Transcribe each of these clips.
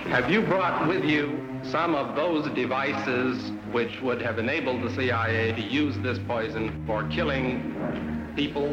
Have you brought with you some of those devices which would have enabled the CIA to use this poison for killing people?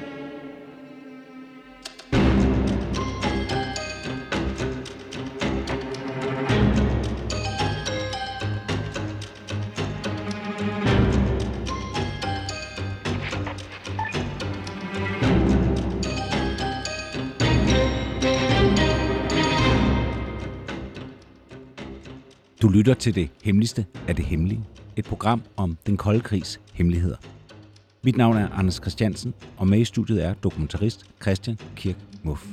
Du lytter til Det Hemmeligste af det Hemmelige, et program om den kolde krigs hemmeligheder. Mit navn er Anders Christiansen, og med i studiet er dokumentarist Christian Kirk Muff.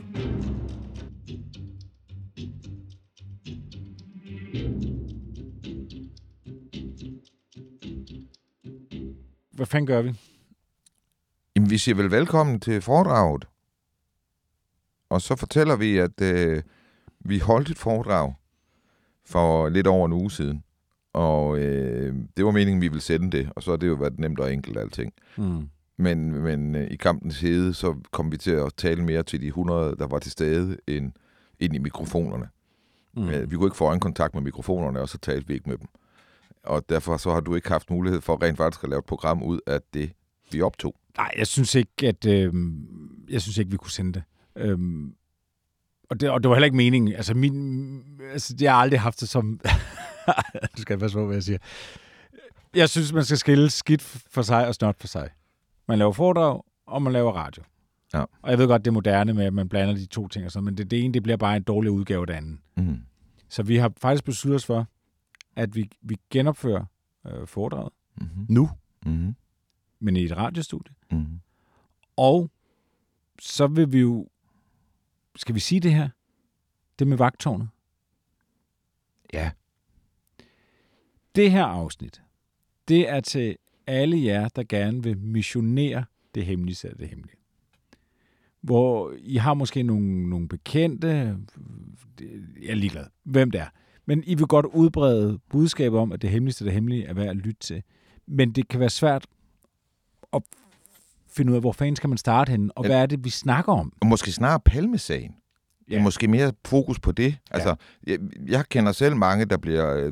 Hvad fanden gør vi? Jamen, vi siger vel velkommen til foredraget. Og så fortæller vi, at vi holdt et foredrag for lidt over en uge siden. Og det var meningen, vi ville sende det, og så har det jo været nemt og enkelt alting. Mm. Men i kampens hede, så kom vi til at tale mere til de 100, der var til stede, ind i mikrofonerne. Vi kunne ikke få øjenkontakt med mikrofonerne, og så talte vi ikke med dem. Og derfor så har du ikke haft mulighed for rent faktisk at lave et program ud af det, vi optog. Nej, jeg synes ikke, vi kunne sende det. Og det var heller ikke meningen. Altså, jeg har aldrig haft det som... Du skal passe på, hvad jeg siger. Jeg synes, man skal skille skidt for sig og snot for sig. Man laver foredrag, og man laver radio. Ja. Og jeg ved godt, det er moderne med, at man blander de to ting og sådan, men det ene, det bliver bare en dårlig udgave af det andet. Mm. Så vi har faktisk besluttet os for, at vi genopfører foredraget nu, men i et radiostudie. Mm. Og så vil vi jo... Skal vi sige det her? Det med vagttårnet? Ja. Det her afsnit, det er til alle jer, der gerne vil missionere det hemmelige af det hemmelige. Hvor I har måske nogle bekendte, jeg er ligeglad, hvem det er. Men I vil godt udbrede budskabet om, at det hemmeligste af det hemmelige er værd at lytte til. Men det kan være svært at finde ud af, hvor fanden skal man starte henne, og hvad er det, vi snakker om? Og måske snarere Palmesagen. Ja. Måske mere fokus på det. Altså, jeg kender selv mange, der bliver,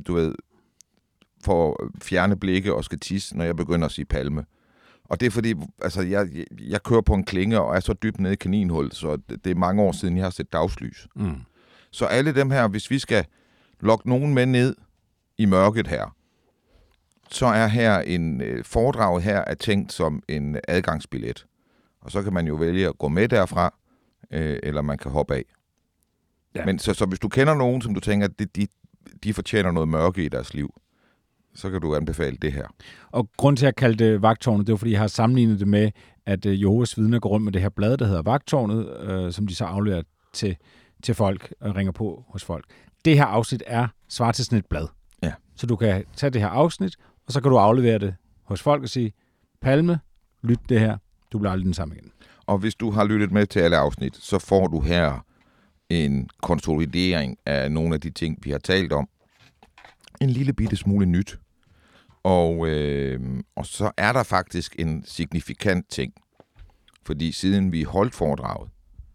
får fjerne blikke og skal tisse, når jeg begynder at sige Palme. Og det er fordi, altså, jeg kører på en klinge og er så dybt nede i kaninhul, så det er mange år siden, jeg har set dagslys. Mm. Så alle dem her, hvis vi skal lokke nogen med ned i mørket her, så er her en foredrag her er tænkt som en adgangsbillet. Og så kan man jo vælge at gå med derfra, eller man kan hoppe af. Ja. Men så hvis du kender nogen, som du tænker, at de fortjener noget mørke i deres liv, så kan du anbefale det her. Og grund til at kalde det Vagttårnet, det var fordi, jeg har sammenlignet det med, at Jehovas vidner går rundt med det her blad, der hedder Vagttårnet, som de så afleverer til folk og ringer på hos folk. Det her afsnit er svar til sådan et blad. Ja. Så du kan tage det her afsnit, og så kan du aflevere det hos folk og sige, Palme, lyt det her, du bliver aldrig den samme igen. Og hvis du har lyttet med til alle afsnit, så får du her en konsolidering af nogle af de ting, vi har talt om. En lille bitte smule nyt. Og så er der faktisk en signifikant ting. Fordi siden vi holdt foredraget,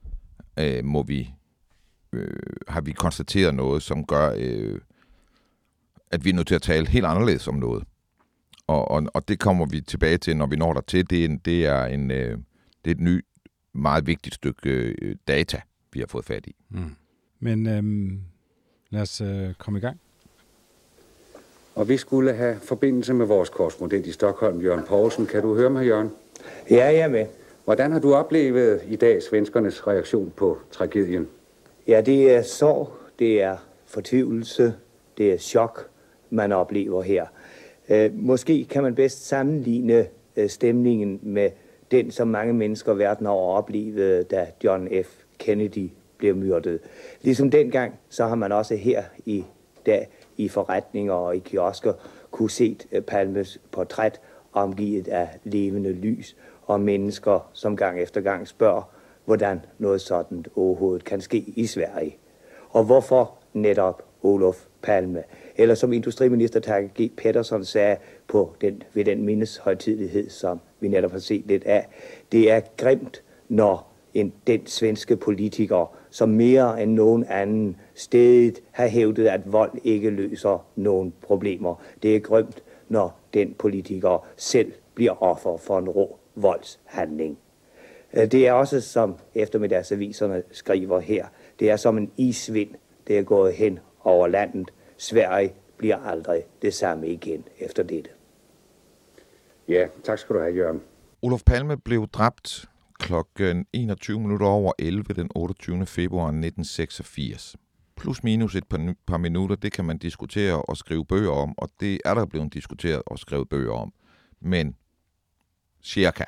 har vi konstateret noget, som gør, at vi er nødt til at tale helt anderledes om noget. Og det kommer vi tilbage til, når vi når der til. Det er et nyt, meget vigtigt stykke data, vi har fået fat i. Mm. Men lad os komme i gang. Og vi skulle have forbindelse med vores korrespondent i Stockholm, Jørgen Poulsen. Kan du høre mig, Jørgen? Ja, jeg er med. Hvordan har du oplevet i dag svenskernes reaktion på tragedien? Ja, det er sorg, det er fortvivlelse, det er chok, man oplever her. Måske kan man bedst sammenligne stemningen med den, som mange mennesker verden over oplevede, da John F. Kennedy blev myrdet. Ligesom dengang, så har man også her i dag i forretninger og i kiosker kunne se Palmes portræt omgivet af levende lys og mennesker, som gang efter gang spørger, hvordan noget sådan overhovedet kan ske i Sverige. Og hvorfor netop Olof Palme? Eller som industriminister Tage G. Petersen sagde ved den mindeshøjtidelighed, som vi netop har set lidt af, det er grimt, når den svenske politiker, som mere end nogen anden stedet have hævdet, at vold ikke løser nogen problemer. Det er grimt, når den politiker selv bliver offer for en rå voldshandling. Det er også, som eftermiddagsaviserne skriver her, det er som en isvind, det er gået hen over landet. Sverige bliver aldrig det samme igen efter dette. Ja, tak skal du have, Jørgen. Olof Palme blev dræbt klokken 21:11 den 28. februar 1986. Plus minus et par minutter, det kan man diskutere og skrive bøger om, og det er der blevet diskuteret og skrevet bøger om. Men cirka.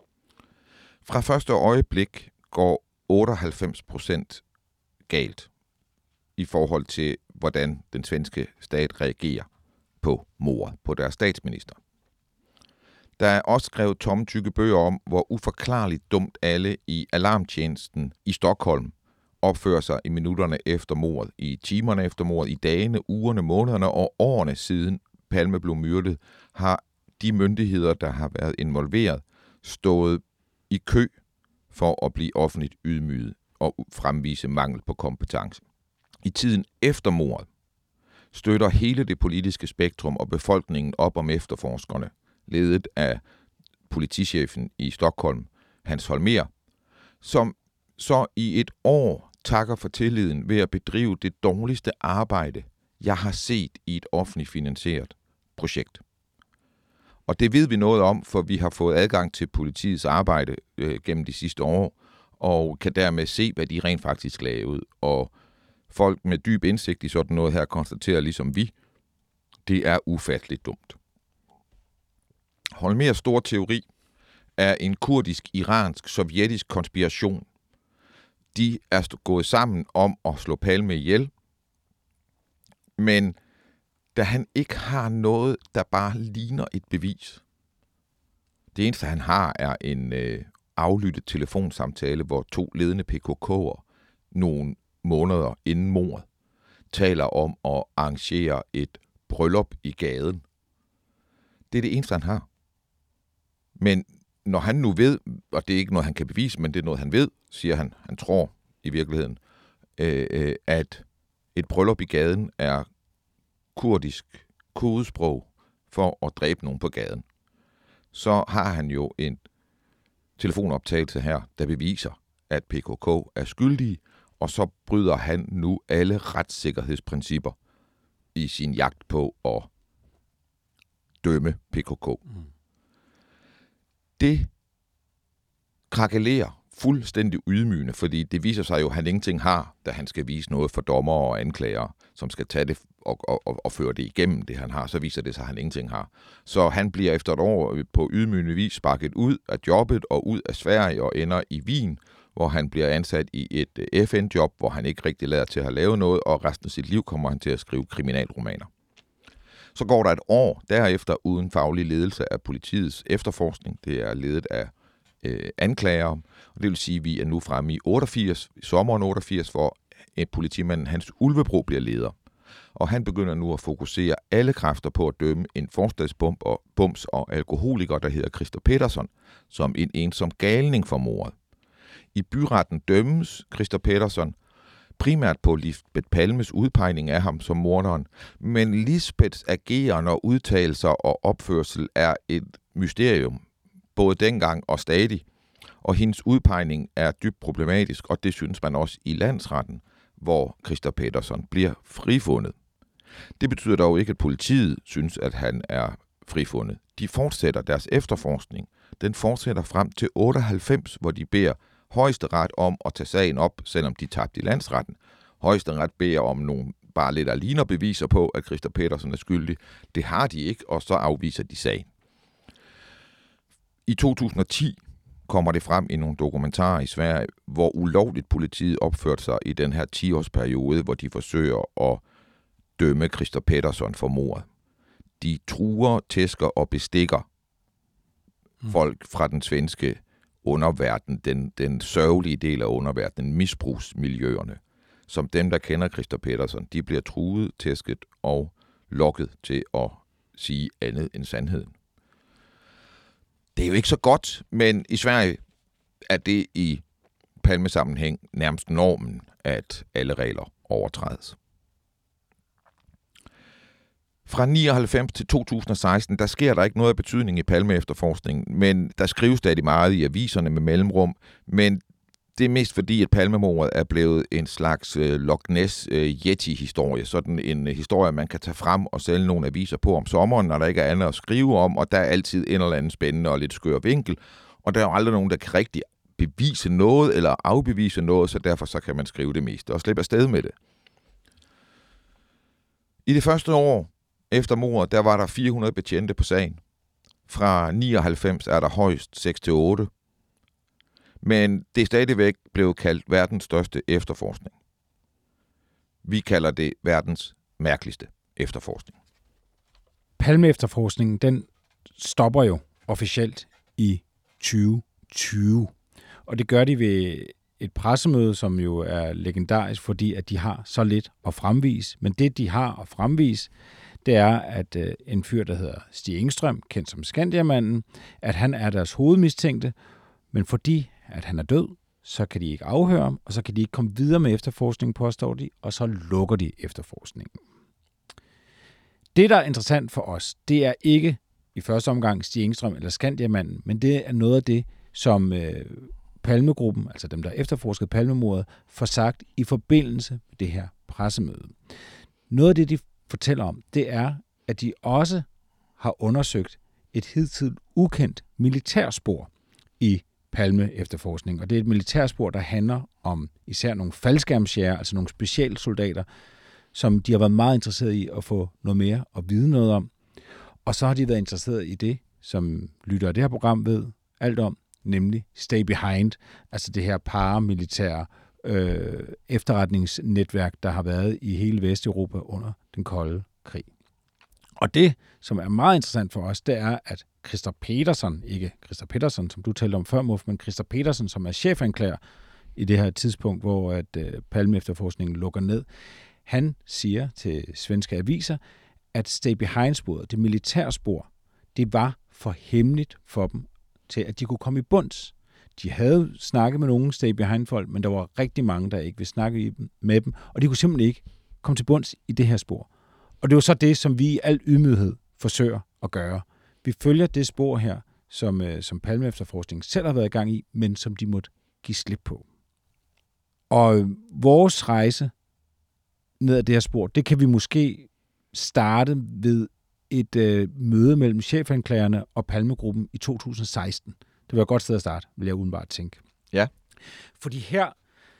Fra første øjeblik går 98% galt i forhold til, hvordan den svenske stat reagerer på mordet på deres statsminister. Der er også skrevet tomme tykke bøger om, hvor uforklarligt dumt alle i alarmtjenesten i Stockholm opfører sig i minutterne efter mordet, i timerne efter mordet, i dagene, ugerne, månederne og årene siden Palme blev myrdet, har de myndigheder, der har været involveret, stået i kø for at blive offentligt ydmyget og fremvise mangel på kompetence. I tiden efter mordet støtter hele det politiske spektrum og befolkningen op om efterforskerne, ledet af politichefen i Stockholm, Hans Holmér, som så i et år takker for tilliden ved at bedrive det dårligste arbejde, jeg har set i et offentligt finansieret projekt. Og det ved vi noget om, for vi har fået adgang til politiets arbejde gennem de sidste år, og kan dermed se, hvad de rent faktisk lavede. Og folk med dyb indsigt i sådan noget her konstaterer, ligesom vi, det er ufatteligt dumt. Holmérs store teori er en kurdisk-iransk-sovjetisk konspiration. De er gået sammen om at slå Palme ihjel, men da han ikke har noget, der bare ligner et bevis. Det eneste, han har, er en aflyttet telefonsamtale, hvor 2 ledende PKK'er nogle måneder inden mordet taler om at arrangere et bryllup i gaden. Det er det eneste, han har. Men når han nu ved, og det er ikke noget, han kan bevise, men det er noget, han ved, siger han, han tror i virkeligheden, at et bryllup i gaden er kurdisk kodesprog for at dræbe nogen på gaden. Så har han jo en telefonoptagelse her, der beviser, at PKK er skyldige, og så bryder han nu alle retssikkerhedsprincipper i sin jagt på at dømme PKK. Det krakelerer fuldstændig ydmygende, fordi det viser sig jo, at han ingenting har, da han skal vise noget for dommer og anklager, som skal tage det og føre det igennem, det han har. Så viser det sig, at han ingenting har. Så han bliver efter et år på ydmygende vis sparket ud af jobbet og ud af Sverige og ender i Wien, hvor han bliver ansat i et FN-job, hvor han ikke rigtig lader til at have lavet noget, og resten af sit liv kommer han til at skrive kriminalromaner. Så går der et år derefter uden faglig ledelse af politiets efterforskning. Det er ledet af anklagere, og det vil sige, at vi er nu fremme i 88, sommeren 88, hvor politimanden Hans Ulvebro bliver leder. Og han begynder nu at fokusere alle kræfter på at dømme en forstadsbums og alkoholiker, der hedder Christer Pettersson, som en ensom galning for mordet. I byretten dømmes Christer Pettersson primært på Lisbeth Palmes udpegning af ham som morderen, men Lisbeths ageren og udtalelser og opførsel er et mysterium, både dengang og stadig, og hendes udpegning er dybt problematisk, og det synes man også i landsretten, hvor Christer Pettersson bliver frifundet. Det betyder dog ikke, at politiet synes, at han er frifundet. De fortsætter deres efterforskning. Den fortsætter frem til 98, hvor de beder Højesteret om at tage sagen op, selvom de tabte i landsretten. Højesteret beder om nogle bare lidt aliner beviser på, at Christer Pettersson er skyldig. Det har de ikke, og så afviser de sagen. I 2010 kommer det frem i nogle dokumentarer i Sverige, hvor ulovligt politiet opførte sig i den her 10-årsperiode, hvor de forsøger at dømme Christer Pettersson for mordet. De truer, tæsker og bestikker folk fra den svenske underverden, den sørgelige del af underverdenen, misbrugsmiljøerne, som dem, der kender Christer Pettersson, de bliver truet, tæsket og lokket til at sige andet end sandheden. Det er jo ikke så godt, men i Sverige er det i Palme-sammenhæng nærmest normen, at alle regler overtrædes. Fra 99 til 2016, der sker der ikke noget af betydning i Palme-efterforskningen, men der skrives stadig meget i aviserne med mellemrum, men det er mest fordi, at Palmemordet er blevet en slags Loch Ness Yeti-historie. Sådan en historie, man kan tage frem og sælge nogle aviser på om sommeren, når der ikke er andet at skrive om, og der er altid en eller anden spændende og lidt skør vinkel, og der er jo aldrig nogen, der kan rigtig bevise noget eller afbevise noget, så derfor så kan man skrive det meste og slippe afsted med det. I det første år efter mordet, der var der 400 betjente på sagen. Fra 99 er der højst 6-8. Men det er stadigvæk blevet kaldt verdens største efterforskning. Vi kalder det verdens mærkeligste efterforskning. Palme-efterforskningen, den stopper jo officielt i 2020. Og det gør de ved et pressemøde, som jo er legendarisk, fordi at de har så lidt at fremvise. Men det, de har at fremvise, det er, at en fyr, der hedder Stig Engstrøm, kendt som Skandiamanden, at han er deres hovedmistænkte, men fordi at han er død, så kan de ikke afhøre ham, og så kan de ikke komme videre med efterforskningen, påstår de, og så lukker de efterforskningen. Det, der er interessant for os, det er ikke i første omgang Stig Engstrøm eller Skandiamanden, men det er noget af det, som Palmegruppen, altså dem, der efterforskede Palmemordet, får sagt i forbindelse med det her pressemøde. Noget af det, de fortæller om, det er, at de også har undersøgt et hidtil ukendt militærspor i Palme-efterforskning. Og det er et militærspor, der handler om især nogle faldskærmsjægere, altså nogle specialsoldater, som de har været meget interesserede i at få noget mere og vide noget om. Og så har de været interesserede i det, som lytter af det her program ved alt om, nemlig Stay Behind, altså det her paramilitære efterretningsnetværk, der har været i hele Vesteuropa under den kolde krig. Og det, som er meget interessant for os, det er, at Christer Petersen, ikke Christer Petersen, som du talte om før, Muff, men Christer Petersen, som er chefanklager i det her tidspunkt, hvor at Palme-efterforskningen lukker ned, han siger til svenske aviser, at Stay Behind-sporet, det militærspor, det var for hemmeligt for dem, til at de kunne komme i bunds. De havde snakket med nogle Stay Behind-folk, men der var rigtig mange, der ikke ville snakke med dem, og de kunne simpelthen ikke komme til bunds i det her spor. Og det er jo så det, som vi i al ydmyghed forsøger at gøre. Vi følger det spor her, som Palme-efterforskningen selv har været i gang i, men som de måtte give slip på. Og vores rejse ned ad det her spor, det kan vi måske starte ved et møde mellem chefanklagerne og Palmegruppen i 2016. Det var et godt sted at starte, vil jeg udenbart tænke. Ja. Fordi her,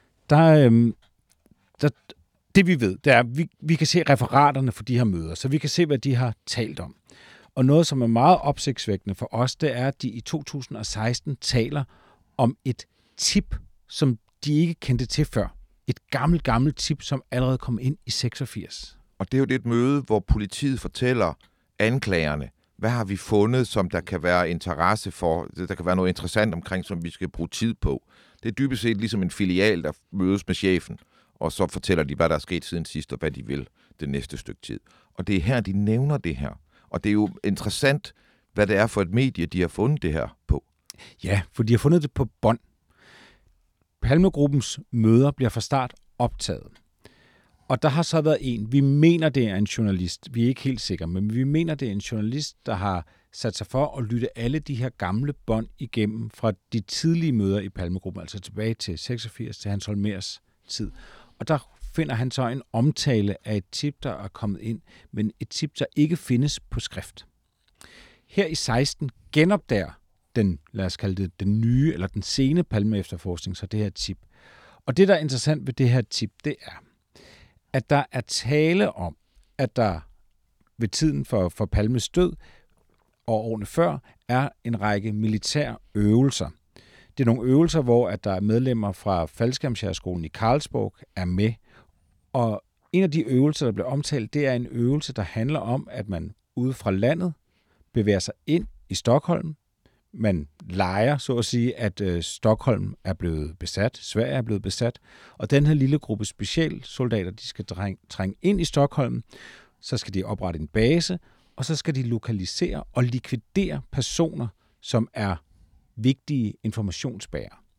det vi ved, det er, at vi kan se referaterne for de her møder, så vi kan se, hvad de har talt om. Og noget, som er meget opsigtsvækkende for os, det er, at de i 2016 taler om et tip, som de ikke kendte til før. Et gammelt tip, som allerede kom ind i 86. Og det er jo et møde, hvor politiet fortæller anklagerne, hvad har vi fundet, som der kan være interesse for, der kan være noget interessant omkring, som vi skal bruge tid på. Det er dybest set ligesom en filial, der mødes med chefen, og så fortæller de, hvad der er sket siden sidst, og hvad de vil det næste stykke tid. Og det er her, de nævner det her. Og det er jo interessant, hvad det er for et medie, de har fundet det her på. Ja, for de har fundet det på bånd. Palmegruppens møder bliver fra start optaget. Og der har så været en, vi mener, det er en journalist, vi er ikke helt sikre, men vi mener, det er en journalist, der har sat sig for at lytte alle de her gamle bånd igennem fra de tidlige møder i Palmegruppen, altså tilbage til 86, til Hans Holmers tid. Og der finder han så en omtale af et tip, der er kommet ind, men et tip, der ikke findes på skrift. Her i 16 genopdager den, lad os kalde det, den nye eller den sene Palme-efterforskning, så det her tip. Og det, der er interessant ved det her tip, det er, at der er tale om, at der ved tiden for Palmes død og årene før, er en række militære øvelser. Det er nogle øvelser, hvor at der er medlemmer fra Faldskærmsjægerskolen i Carlsborg er med. Og en af de øvelser, der bliver omtalt, det er en øvelse, der handler om, at man ude fra landet bevæger sig ind i Stockholm. Man leger, så at sige, at Stockholm er blevet besat, Sverige er blevet besat, og den her lille gruppe specialsoldater, de skal trænge ind i Stockholm, så skal de oprette en base, og så skal de lokalisere og likvidere personer, som er vigtige informationsbærere.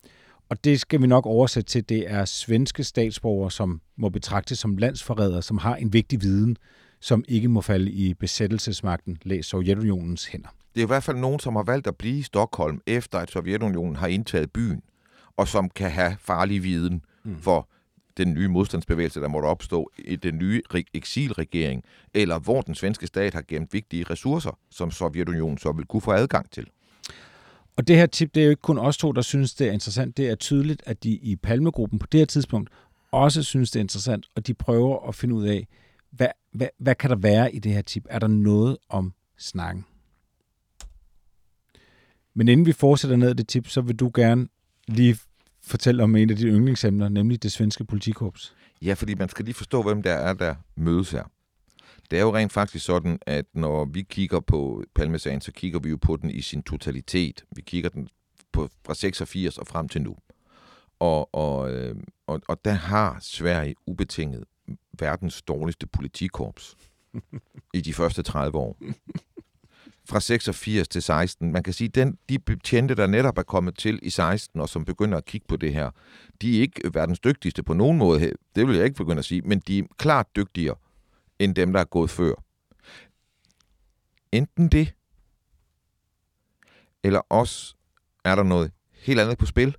Og det skal vi nok oversætte til, det er svenske statsborgere, som må betragtes som landsforrædere, som har en vigtig viden, som ikke må falde i besættelsesmagten, læs Sovjetunionens hænder. Det er i hvert fald nogen, som har valgt at blive i Stockholm, efter at Sovjetunionen har indtaget byen, og som kan have farlig viden for den nye modstandsbevægelse, der måtte opstå i den nye eksilregering, eller hvor den svenske stat har gemt vigtige ressourcer, som Sovjetunionen så vil kunne få adgang til. Og det her tip, det er jo ikke kun os to, der synes, det er interessant. Det er tydeligt, at de i Palmegruppen på det her tidspunkt også synes, det er interessant, og de prøver at finde ud af, hvad kan der være i det her tip? Er der noget om snakken? Men inden vi fortsætter ned i det tip, så vil du gerne lige fortælle om en af de yndlingsemner, nemlig det svenske politikorps. Ja, fordi man skal lige forstå, hvem der mødes her. Det er jo rent faktisk sådan, at når vi kigger på Palmesagen, så kigger vi jo på den i sin totalitet. Vi kigger den på fra 86 og frem til nu. Og der har Sverige ubetinget verdens dårligste politikorps i de første 30 år. Fra 86 til 16. Man kan sige, de betjente, der netop er kommet til i 16, og som begynder at kigge på det her, de er ikke verdens dygtigste på nogen måde. Det vil jeg ikke begynde at sige, men de er klart dygtigere end dem, der er gået før. Enten det, eller også er der noget helt andet på spil.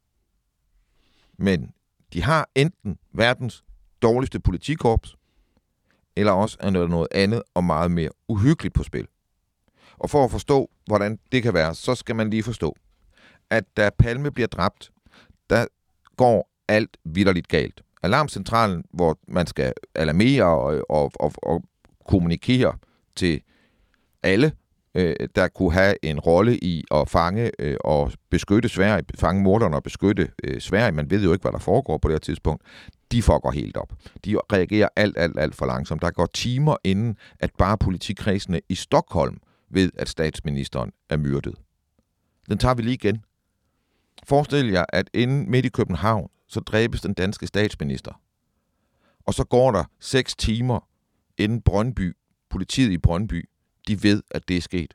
Men de har enten verdens dårligste politikorps, eller også er der noget andet og meget mere uhyggeligt på spil. Og for at forstå, hvordan det kan være, så skal man lige forstå, at da Palme bliver dræbt, der går alt vitterligt galt. Alarmcentralen, hvor man skal alarmere og kommunikere til alle, der kunne have en rolle i at fange og beskytte Sverige, fange morderne og beskytte Sverige. Man ved jo ikke, hvad der foregår på det her tidspunkt. De fucker helt op. De reagerer alt for langsomt. Der går timer inden, at bare politikredsene i Stockholm ved, at statsministeren er myrdet. Den tager vi lige igen. Forestil jer, at inde midt i København, så dræbes den danske statsminister. Og så går der 6 timer inden Brøndby, politiet i Brøndby, de ved, at det er sket.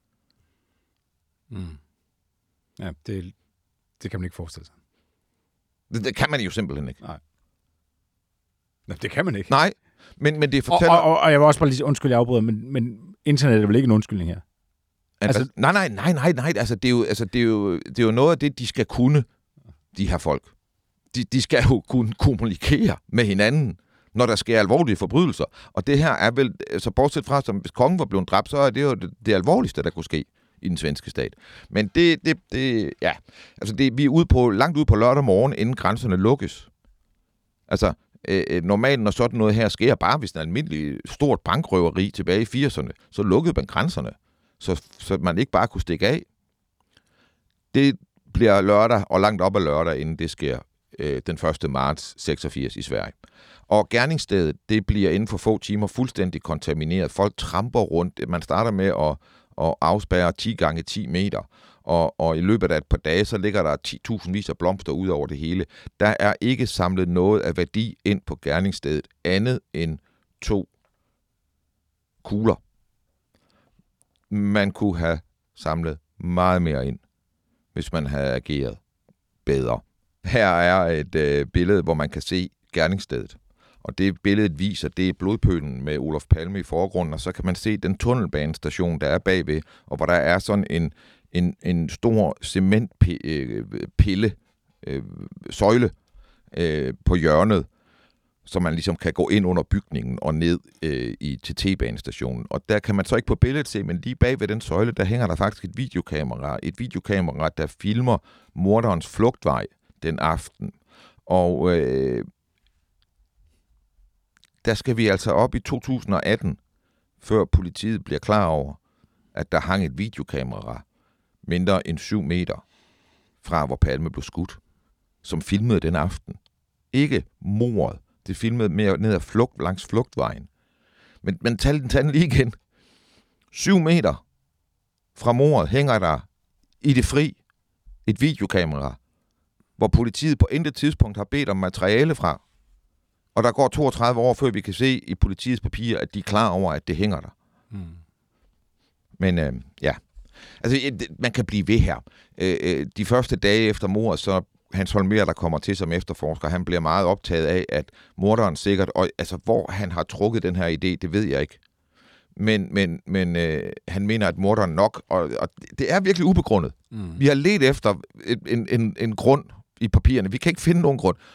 Ja, det kan man ikke forestille sig. Det kan man jo simpelthen ikke. Nej, det kan man ikke. Nej, men det fortæller... Og jeg vil også bare lige undskyld, jeg afbryder, men internet er vel ikke en undskyldning her? Altså, nej. Altså, det er jo noget af det, de skal kunne, de her folk. De skal jo kunne kommunikere med hinanden, når der sker alvorlige forbrydelser. Og det her er vel, så bortset fra, som hvis kongen var blevet dræbt, så er det jo det alvorligste, der kunne ske i den svenske stat. Men vi er langt ude på lørdag morgen, inden grænserne lukkes. Altså, normalt, når sådan noget her sker, bare hvis en almindelig stort bankrøveri tilbage i 80'erne, så lukkede man grænserne, så man ikke bare kunne stikke af. Det bliver lørdag, og langt op ad lørdag, inden det sker den 1. marts 86 i Sverige. Og gerningsstedet, det bliver inden for få timer fuldstændig kontamineret. Folk tramper rundt. Man starter med at afspærre 10 gange 10 meter. Og i løbet af et par dage, så ligger der 10.000 vis af blomster ud over det hele. Der er ikke samlet noget af værdi ind på gerningsstedet, andet end 2 kugler. Man kunne have samlet meget mere ind, hvis man havde ageret bedre. Her er et billede, hvor man kan se gerningsstedet. Og det billedet viser, det er blodpølen med Olof Palme i forgrunden, og så kan man se den tunnelbanestation, der er bagved, og hvor der er sådan en stor cementpille, søjle på hjørnet, så man ligesom kan gå ind under bygningen og ned til T-banestationen. Og der kan man så ikke på billedet se, men lige bag ved den søjle, der hænger der faktisk et videokamera. Et videokamera, der filmer morderens flugtvej den aften. Og der skal vi altså op i 2018, før politiet bliver klar over, at der hang et videokamera mindre end 7 meter fra, hvor Palme blev skudt, som filmede den aften. Ikke mordet. Det filmede mere ned ad langs flugtvejen. Men tag den lige igen. 7 meter fra mordet hænger der i det fri et videokamera, hvor politiet på intet tidspunkt har bedt om materiale fra. Og der går 32 år, før vi kan se i politiets papirer, at de er klar over, at det hænger der. Men ja, altså man kan blive ved her. De første dage efter mordet, så Hans Holmér, der kommer til som efterforsker, han bliver meget optaget af, at morderen sikkert, og altså hvor han har trukket den her idé, det ved jeg ikke. Men han mener, at morderen nok, og det er virkelig ubegrundet. Vi har ledt efter en grund i papirerne. Vi kan ikke finde nogen grund.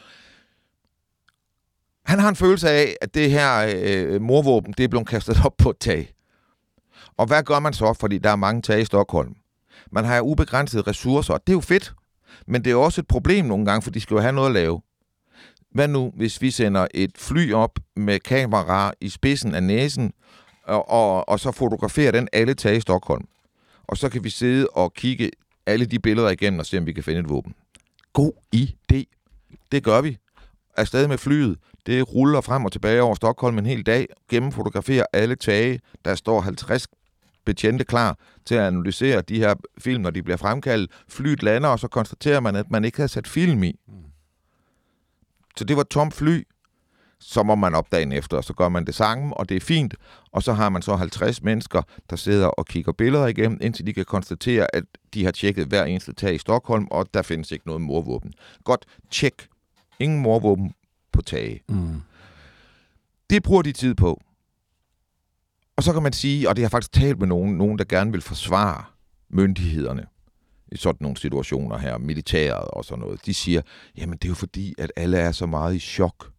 Han har en følelse af, at det her mordvåben, det er blevet kastet op på et tag. Og hvad gør man så, fordi der er mange tage i Stockholm? Man har ubegrænsede ressourcer, og det er jo fedt. Men det er også et problem nogle gange, for de skal jo have noget at lave. Hvad nu, hvis vi sender et fly op med kamera i spidsen af næsen, og så fotograferer den alle tage i Stockholm? Og så kan vi sidde og kigge alle de billeder igennem og se, om vi kan finde et våben. God idé. Det gør vi. Afsted med flyet. Det ruller frem og tilbage over Stockholm en hel dag. Gennemfotograferer alle tage. Der står 50 betjente klar til at analysere de her film, når de bliver fremkaldt. Flyet lander, og så konstaterer man, at man ikke havde sat film i. Så det var et tomt fly. Så må man op dagen efter, og så gør man det sammen, og det er fint. Og så har man så 50 mennesker, der sidder og kigger billeder igennem, indtil de kan konstatere, at de har tjekket hver eneste tag i Stockholm, og der findes ikke noget mordvåben. Godt, tjek. Ingen mordvåben på tage. Det bruger de tid på. Og så kan man sige, og det har faktisk talt med nogen, der gerne vil forsvare myndighederne i sådan nogle situationer her, militæret og sådan noget. De siger, jamen det er jo fordi, at alle er så meget i chok.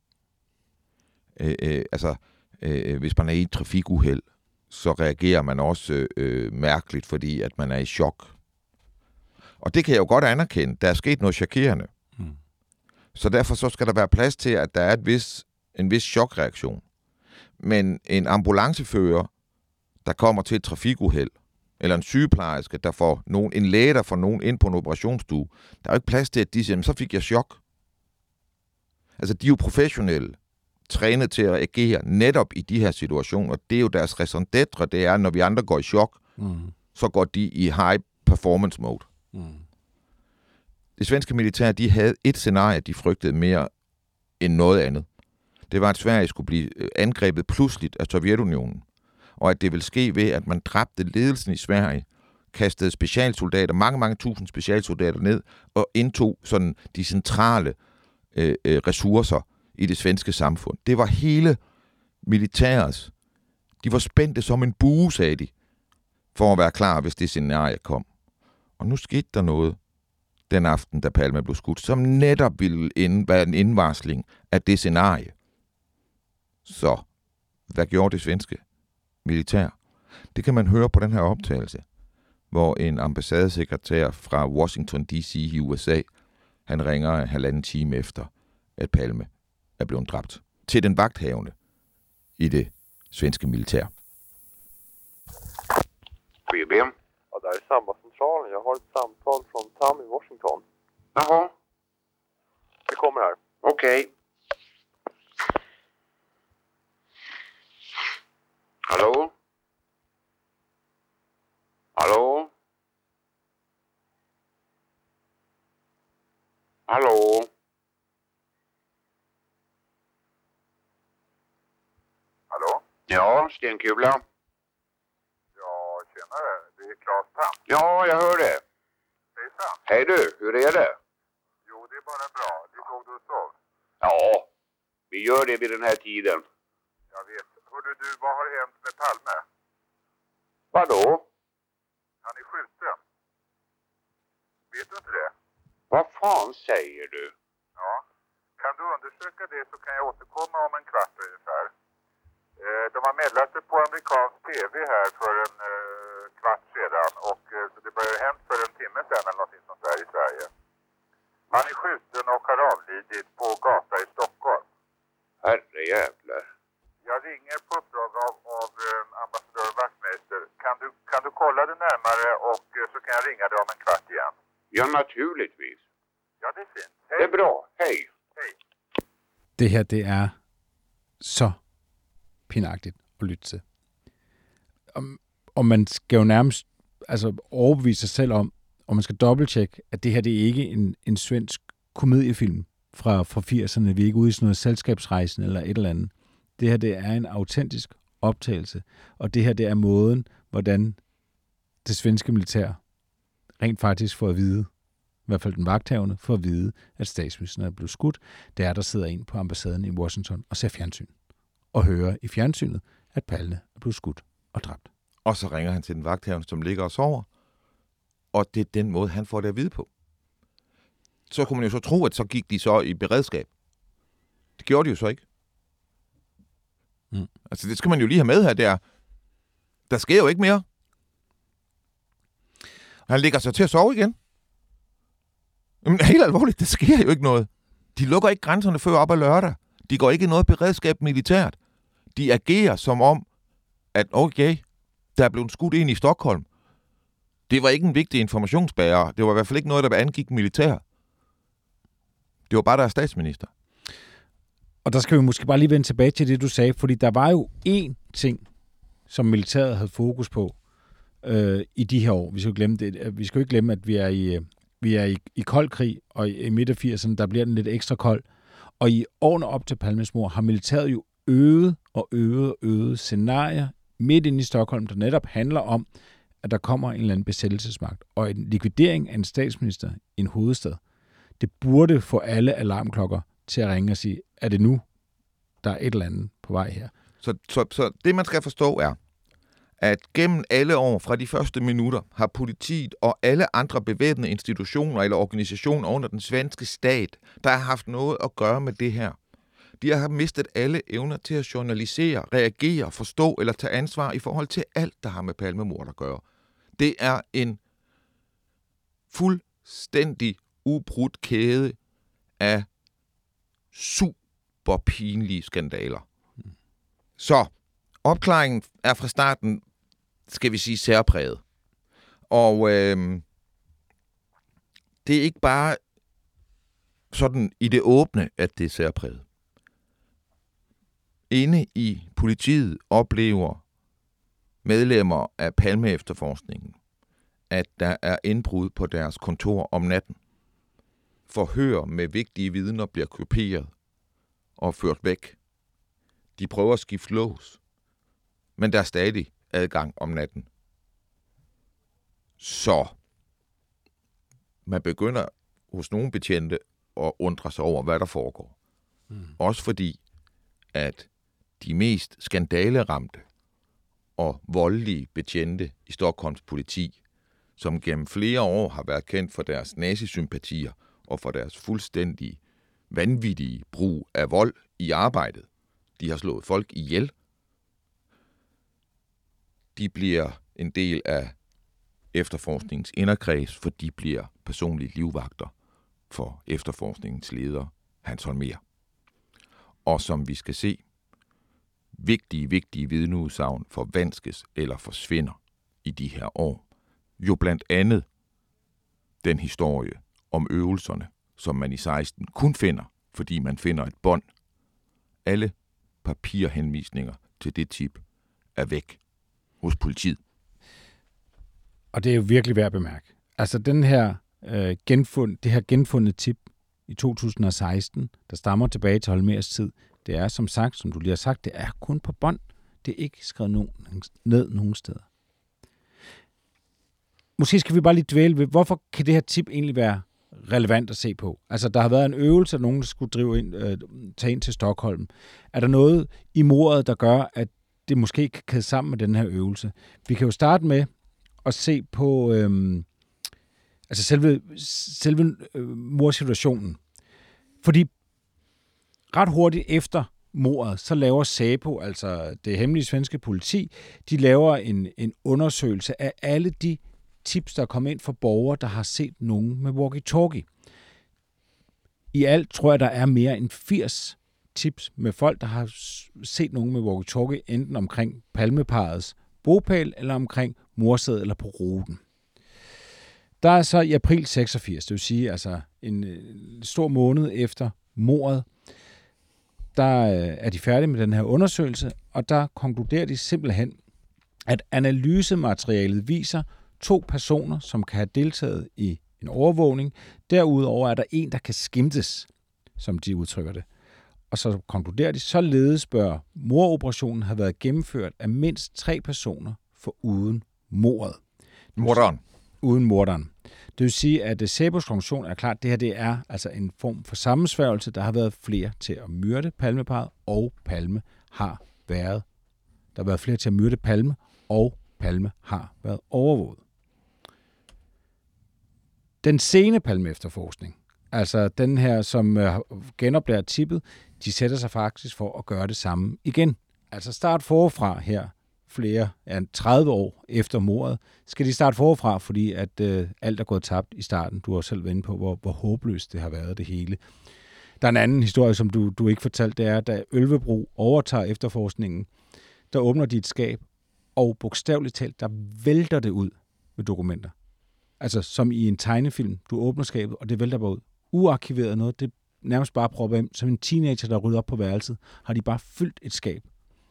Hvis man er i et trafikuheld, så reagerer man også mærkeligt, fordi at man er i chok. Og det kan jeg jo godt anerkende. Der er sket noget chokerende. Så derfor så skal der være plads til, at der er en vis chokreaktion. Men en ambulancefører, der kommer til et trafikuheld, eller en sygeplejerske, der får en læge, der får nogen ind på en operationsstue, der er jo ikke plads til, at de siger, så fik jeg chok. Altså, de er jo professionelle, trænet til at agere netop i de her situationer. Det er jo deres raison d'être, det er, når vi andre går i chok, så går de i high performance mode. Det svenske militær, de havde et scenarie, de frygtede mere end noget andet. Det var, at Sverige skulle blive angrebet pludseligt af Sovjetunionen, og at det ville ske ved, at man dræbte ledelsen i Sverige, kastede specialsoldater, mange tusind specialsoldater ned, og indtog sådan de centrale ressourcer i det svenske samfund. Det var hele militærets. De var spændte som en bue, sagde de, for at være klar, hvis det scenarie kom. Og nu skete der noget den aften, da Palme blev skudt, som netop ville være en indvarsling af det scenarie. Så, hvad gjorde det svenske militær? Det kan man høre på den her optagelse, hvor en ambassadesekretær fra Washington D.C. i USA, han ringer 1,5 time efter, at Palme er blevet dræbt, til den vagthavende i det svenske militær. BB? Ja, det är samma centralen. Jag har ett samtal från Tam i Washington. Jaha. Det kommer här. Okej. Hallå? Hallå? Hallå? Hallå? Ja, Stenkula. Ja, tjenare. Det är Claes Tam. Ja, jag hör det. Hejsan. Hej du, hur är det? Jo, det är bara bra. Det låg du och sov. Ja, vi gör det vid den här tiden. Jag vet. Hörde du, vad har hänt med Palme? Vadå? Han är skjuten. Vet du inte det? Vad fan säger du? Ja. Kan du undersöka det så kan jag återkomma om en kvart ungefär. De har meddelat det på amerikansk tv här för en kvart sedan och så det började hänt för en timme sedan eller något sånt där i Sverige. Han är skjuten och har avlidit på gata i Stockholm. Herre jävlar. Jag ringer på uppdrag av ambassadör Wachtmeister. Kan du kolla det närmare och så kan jag ringa dig om en kvart igen? Ja, naturligtvis. Ja, det är fint. Hej. Det är bra. Hej. Hej. Det her, det er så pinagtigt at lytte til. Og man skal jo nærmest overbevise sig selv om, og man skal dobbelttjekke, at det her, det er ikke en svensk komediefilm fra 80'erne. Vi er ikke ude i sådan noget Selskabsrejsen eller et eller andet. Det her, det er en autentisk optagelse, og det her, det er måden, hvordan det svenske militær rent faktisk får at vide, hvert fald den vagthavende, for at vide, at statsministeren er blevet skudt. Det er, der sidder en på ambassaden i Washington og ser fjernsyn. Og hører i fjernsynet, at Palme er blevet skudt og dræbt. Og så ringer han til den vagthavende, som ligger og sover. Og det er den måde, han får det at vide på. Så kunne man jo så tro, at så gik de så i beredskab. Det gjorde de jo så ikke. Altså, det skal man jo lige have med her. Der sker jo ikke mere. Han ligger sig til at sove igen. Men helt alvorligt, der sker jo ikke noget. De lukker ikke grænserne før op ad lørdag. De går ikke i noget beredskab militært. De agerer som om, at okay, der er blevet skudt ind i Stockholm. Det var ikke en vigtig informationsbærer. Det var i hvert fald ikke noget, der angik militær. Det var bare der er statsminister. Og der skal vi måske bare lige vende tilbage til det, du sagde, fordi der var jo én ting, som militæret havde fokus på i de her år. Vi skal jo ikke glemme, at vi er i kold krig, og i midt af 80'erne, der bliver den lidt ekstra kold. Og i årene op til Palmes mord har militæret jo øvet scenarier midt inde i Stockholm, der netop handler om, at der kommer en eller anden besættelsesmagt. Og en likvidering af en statsminister i en hovedstad, det burde få alle alarmklokker til at ringe og sige, er det nu, der er et eller andet på vej her? Så det, man skal forstå, er, at gennem alle år, fra de første minutter, har politiet og alle andre bevæbnede institutioner eller organisationer under den svenske stat, der har haft noget at gøre med det her. De har mistet alle evner til at journalisere, reagere, forstå eller tage ansvar i forhold til alt, der har med Palmemord at gøre. Det er en fuldstændig ubrudt kæde af super pinlige skandaler. Så opklaringen er fra starten, skal vi sige, særpræget. Og det er ikke bare sådan i det åbne, at det er særpræget. Inde i politiet oplever medlemmer af Palme-efterforskningen, at der er indbrud på deres kontor om natten. Forhør med vigtige vidner bliver kopieret og ført væk. De prøver at skifte lås, men der er stadig adgang om natten. Så man begynder hos nogle betjente at undre sig over, hvad der foregår. Også fordi, at de mest skandaleramte og voldelige betjente i Stockholms politi, som gennem flere år har været kendt for deres nazisympatier og for deres fuldstændig vanvittige brug af vold i arbejdet. De har slået folk ihjel. De bliver en del af efterforskningens inderkreds, for de bliver personlige livvagter for efterforskningens leder, Hans Holmér. Og som vi skal se, vigtige vidneudsagn forvanskes eller forsvinder i de her år. Jo blandt andet den historie om øvelserne, som man i 16 kun finder, fordi man finder et bånd. Alle papirhenvisninger til det tip er væk hos politiet. Og det er jo virkelig værd at bemærke. Altså den her det her genfundne tip i 2016, der stammer tilbage til Holmérs tid, det er som sagt, som du lige har sagt, det er kun på bånd. Det er ikke skrevet ned nogen steder. Måske skal vi bare lige dvæle ved, hvorfor kan det her tip egentlig være relevant at se på? Altså, der har været en øvelse, at nogen skulle tage ind til Stockholm. Er der noget i mordet, der gør, at det måske kan kæde sammen med den her øvelse? Vi kan jo starte med at se på selve mordsituationen. Fordi ret hurtigt efter mordet, så laver SÄPO, altså det hemmelige svenske politi, de laver en undersøgelse af alle de tips, der er kommet ind fra borgere, der har set nogen med walkie-talkie. I alt tror jeg, der er mere end 80 tips med folk, der har set nogen med walkie-talkie, enten omkring Palmeparrets bopæl, eller omkring morstedet eller på ruten. Der er så i april 86, det vil sige altså en stor måned efter mordet, der er de færdige med den her undersøgelse, og der konkluderer de simpelthen, at analysematerialet viser 2 personer, som kan have deltaget i en overvågning. Derudover er der en, der kan skimtes, som de udtrykker det. Og så konkluderer de, således bør mordoperationen have været gennemført af mindst 3 personer foruden mordet. Morderen. uden morderen. Det vil sige, at SÄPOs konklusion er klart, at det her det er altså en form for sammensværgelse. Der har været flere til at myrde Palmeparret, og Palme har været. Der har været flere til at myrde Palme, og Palme har været overvåget. Den sene Palme-efterforskning, altså den her, som genopdager tippet, de sætter sig faktisk for at gøre det samme igen. Altså start forfra her, flere end 30 år efter mordet, skal de starte forfra, fordi at alt er gået tabt i starten. Du har selv været inde på, hvor håbløst det har været, det hele. Der er en anden historie, som du ikke fortalte, det er, da Ølvebro overtager efterforskningen, der åbner de et skab, og bogstaveligt talt, der vælter det ud med dokumenter. Altså som i en tegnefilm. Du åbner skabet, og det vælter bare ud. Uarkiveret noget, det nærmest bare propper ind. Som en teenager, der rydder op på værelset, har de bare fyldt et skab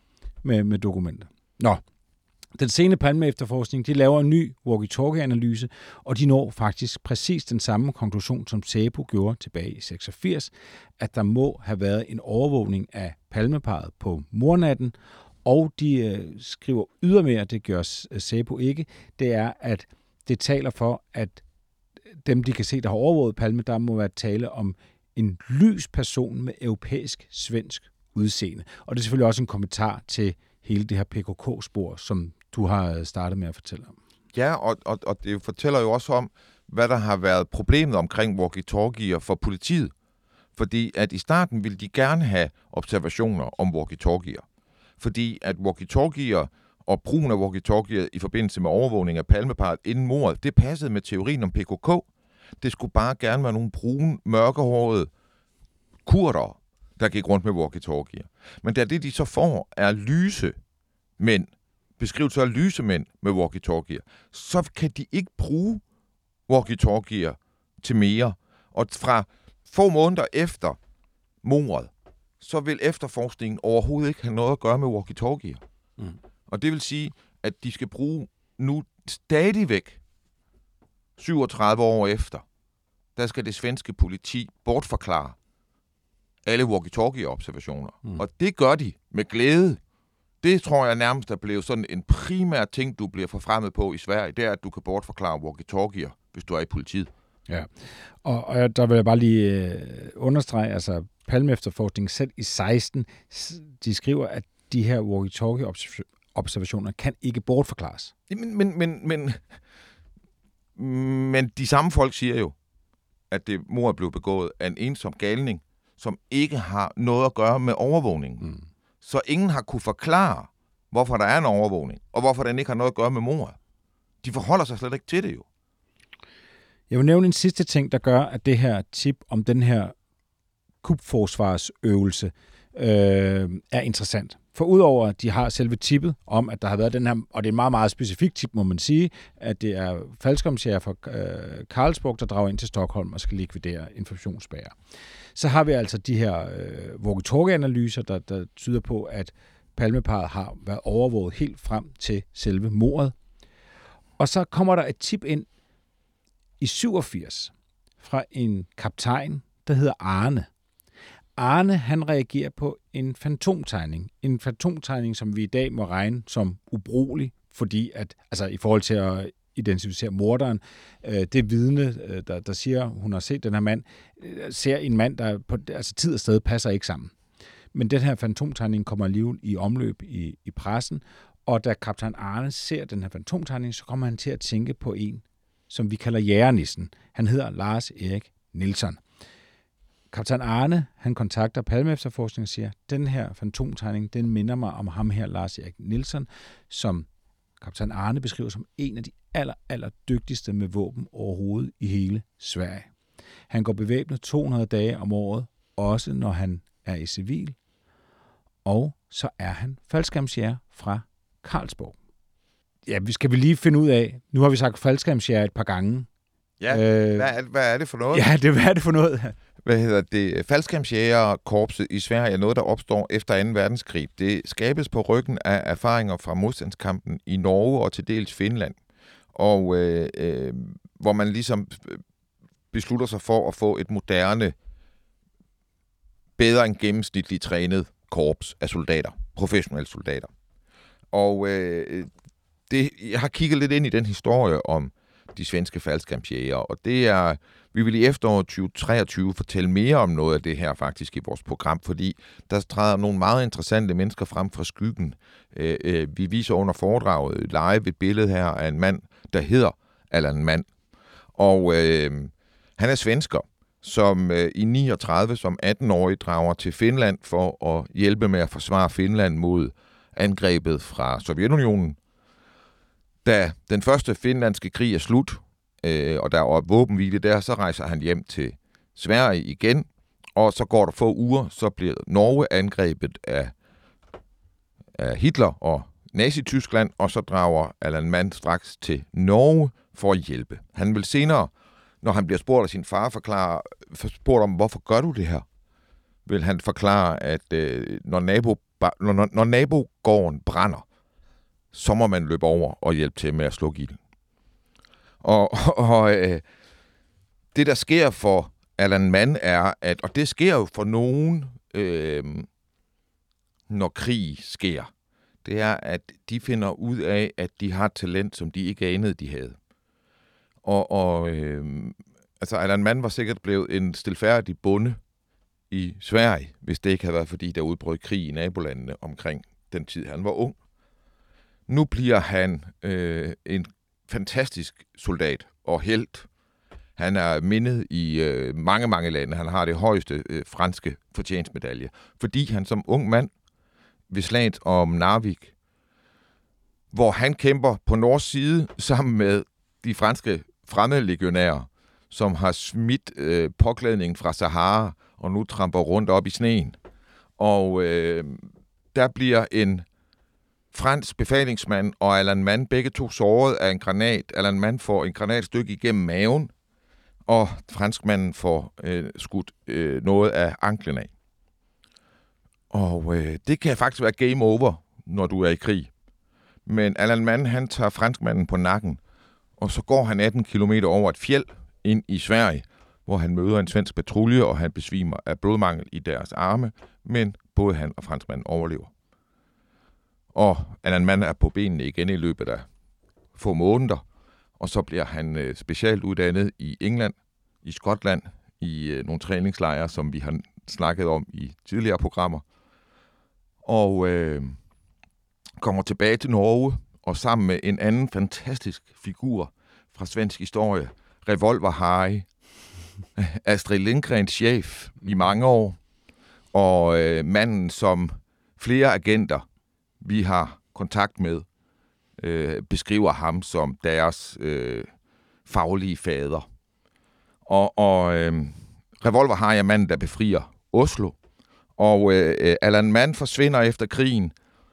med dokumenter. Nå, den sene Palme-efterforskning, de laver en ny walkie-talkie-analyse, og de når faktisk præcis den samme konklusion, som SÄPO gjorde tilbage i 86, at der må have været en overvågning af Palmeparret på mordnatten, og de skriver ydermere, det gør SÄPO ikke, det er, at det taler for, at dem, de kan se, der har overvåget Palme, der må være tale om en lys person med europæisk-svensk udseende. Og det er selvfølgelig også en kommentar til hele det her PKK-spor, som du har startet med at fortælle om. Ja, og det fortæller jo også om, hvad der har været problemet omkring walkie-talkier for politiet. Fordi at i starten ville de gerne have observationer om walkie-talkier. Fordi at walkie-talkier og brugen af walkie-talkier i forbindelse med overvågning af Palmeparret inden mordet, det passede med teorien om PKK. Det skulle bare gerne være nogle brune, mørkehårede kurdere, der gik rundt med walkie-talkier. Men da det, de så får, er lyse mænd, beskrivelser af lyse mænd med walkie-talkier, så kan de ikke bruge walkie-talkier til mere. Og fra få måneder efter mordet, så vil efterforskningen overhovedet ikke have noget at gøre med walkie-talkier. Mm. Og det vil sige, at de skal bruge nu stadigvæk 37 år efter, der skal det svenske politi bortforklare alle walkie-talkie-observationer. Mm. Og det gør de med glæde. Det tror jeg nærmest er blevet sådan en primær ting, du bliver forfremmet på i Sverige, det er, at du kan bortforklare walkie-talkier, hvis du er i politiet. Ja, og der vil jeg bare lige understrege, altså Palme-efterforskningen selv i 16, de skriver, at de her walkie-talkie-observationer kan ikke bortforklares. Men de samme folk siger jo, at det mord blev begået af en ensom galning, som ikke har noget at gøre med overvågningen. Mm. Så ingen har kunne forklare, hvorfor der er en overvågning, og hvorfor den ikke har noget at gøre med mordet. De forholder sig slet ikke til det jo. Jeg vil nævne en sidste ting, der gør, at det her tip om den her kupforsvarsøvelse er interessant. For udover at de har selve tippet om, at der har været den her, og det er en meget, meget specifik tip, må man sige, at det er faldskærmsjæger fra Carlsborg, der drager ind til Stockholm og skal likvidere informationsbærer. Så har vi altså de her walkie-talkie-analyser, der tyder på, at Palmeparret har været overvåget helt frem til selve mordet. Og så kommer der et tip ind i 87 fra en kaptajn, der hedder Arne. Arne, han reagerer på en fantomtegning. En fantomtegning, som vi i dag må regne som ubrugelig, fordi at, altså i forhold til at identificere morderen, det vidne, der siger, hun har set den her mand, ser en mand, der på altså tid og sted passer ikke sammen. Men den her fantomtegning kommer alligevel i omløb i pressen, og da kaptajn Arne ser den her fantomtegning, så kommer han til at tænke på en, som vi kalder jægernissen. Han hedder Lars Erik Nielsen. Kaptajn Arne, han kontakter Palme-efterforskningen og siger, den her fantomtegning, den minder mig om ham her, Lars Erik Nielsen, som kaptajn Arne beskriver som en af de aller dygtigste med våben overhovedet i hele Sverige. Han går bevæbnet 200 dage om året, også når han er i civil, og så er han faldskærmsjæger fra Carlsborg. Ja, skal vi lige finde ud af, nu har vi sagt faldskærmsjæger et par gange. Ja, hvad er det for noget? Ja, hvad er det for noget? Faldskærmsjægerkorpset i Sverige er noget, der opstår efter 2. verdenskrig. Det skabes på ryggen af erfaringer fra modstandskampen i Norge og til dels Finland. Og hvor man ligesom beslutter sig for at få et moderne, bedre end gennemsnitligt trænet korps af soldater, professionelle soldater. Og jeg har kigget lidt ind i den historie om de svenske faldskærmsjægere. Og det er, vi vil i efteråret 2023 fortælle mere om noget af det her faktisk i vores program, fordi der træder nogle meget interessante mennesker frem fra skyggen. Vi viser under foredraget live et billede her af en mand, der hedder Allan Mann. Og han er svensker, som i 39 som 18-årig drager til Finland for at hjælpe med at forsvare Finland mod angrebet fra Sovjetunionen. Da den første finlandske krig er slut, og der er våbenhvile der, så rejser han hjem til Sverige igen, og så går der få uger, så bliver Norge angrebet af Hitler og Nazi-Tyskland, og så drager Allan Mann straks til Norge for at hjælpe. Han vil senere, når han bliver spurgt af sin far, spurgt om, hvorfor gør du det her? Vil han forklare, at når nabogården brænder, så må man løbe over og hjælpe til med at slukke ilden. Og det, der sker for Allan Mann, er, at, og det sker jo for nogen, når krig sker, det er, at de finder ud af, at de har et talent, som de ikke anede, de havde. Altså Allan Mann var sikkert blevet en stilfærdig bonde i Sverige, hvis det ikke havde været, fordi der udbrød krig i nabolandene omkring den tid, han var ung. Nu bliver han en fantastisk soldat og helt. Han er mindet i mange, mange lande. Han har det højeste franske fortjenstmedalje, fordi han som ung mand ved slaget om Narvik, hvor han kæmper på norsk side sammen med de franske fremmedlegionærer, som har smidt påklædning fra Sahara og nu tramper rundt op i sneen. Og der bliver en fransk befalingsmand og Allan Mann begge to såret af en granat. Allan Mann får en granatstykke igennem maven, og franskmanden får skudt noget af anklen af. Og det kan faktisk være game over, når du er i krig. Men Allan Mann, han tager franskmanden på nakken, og så går han 18 kilometer over et fjeld ind i Sverige, hvor han møder en svensk patrulje, og han besvimer af blodmangel i deres arme, men både han og franskmanden overlever. Og Allan Mann er på benene igen i løbet af få måneder, og så bliver han specielt uddannet i England, i Skotland, i nogle træningslejre, som vi har snakket om i tidligere programmer. Og kommer tilbage til Norge, og sammen med en anden fantastisk figur fra svensk historie, Revolver Harry, Astrid Lindgrens chef i mange år, og manden, som flere agenter, vi har kontakt med, beskriver ham som deres faglige fader. Og Revolver Harry er manden, der befrier Oslo, og Allan Mann forsvinder efter krigen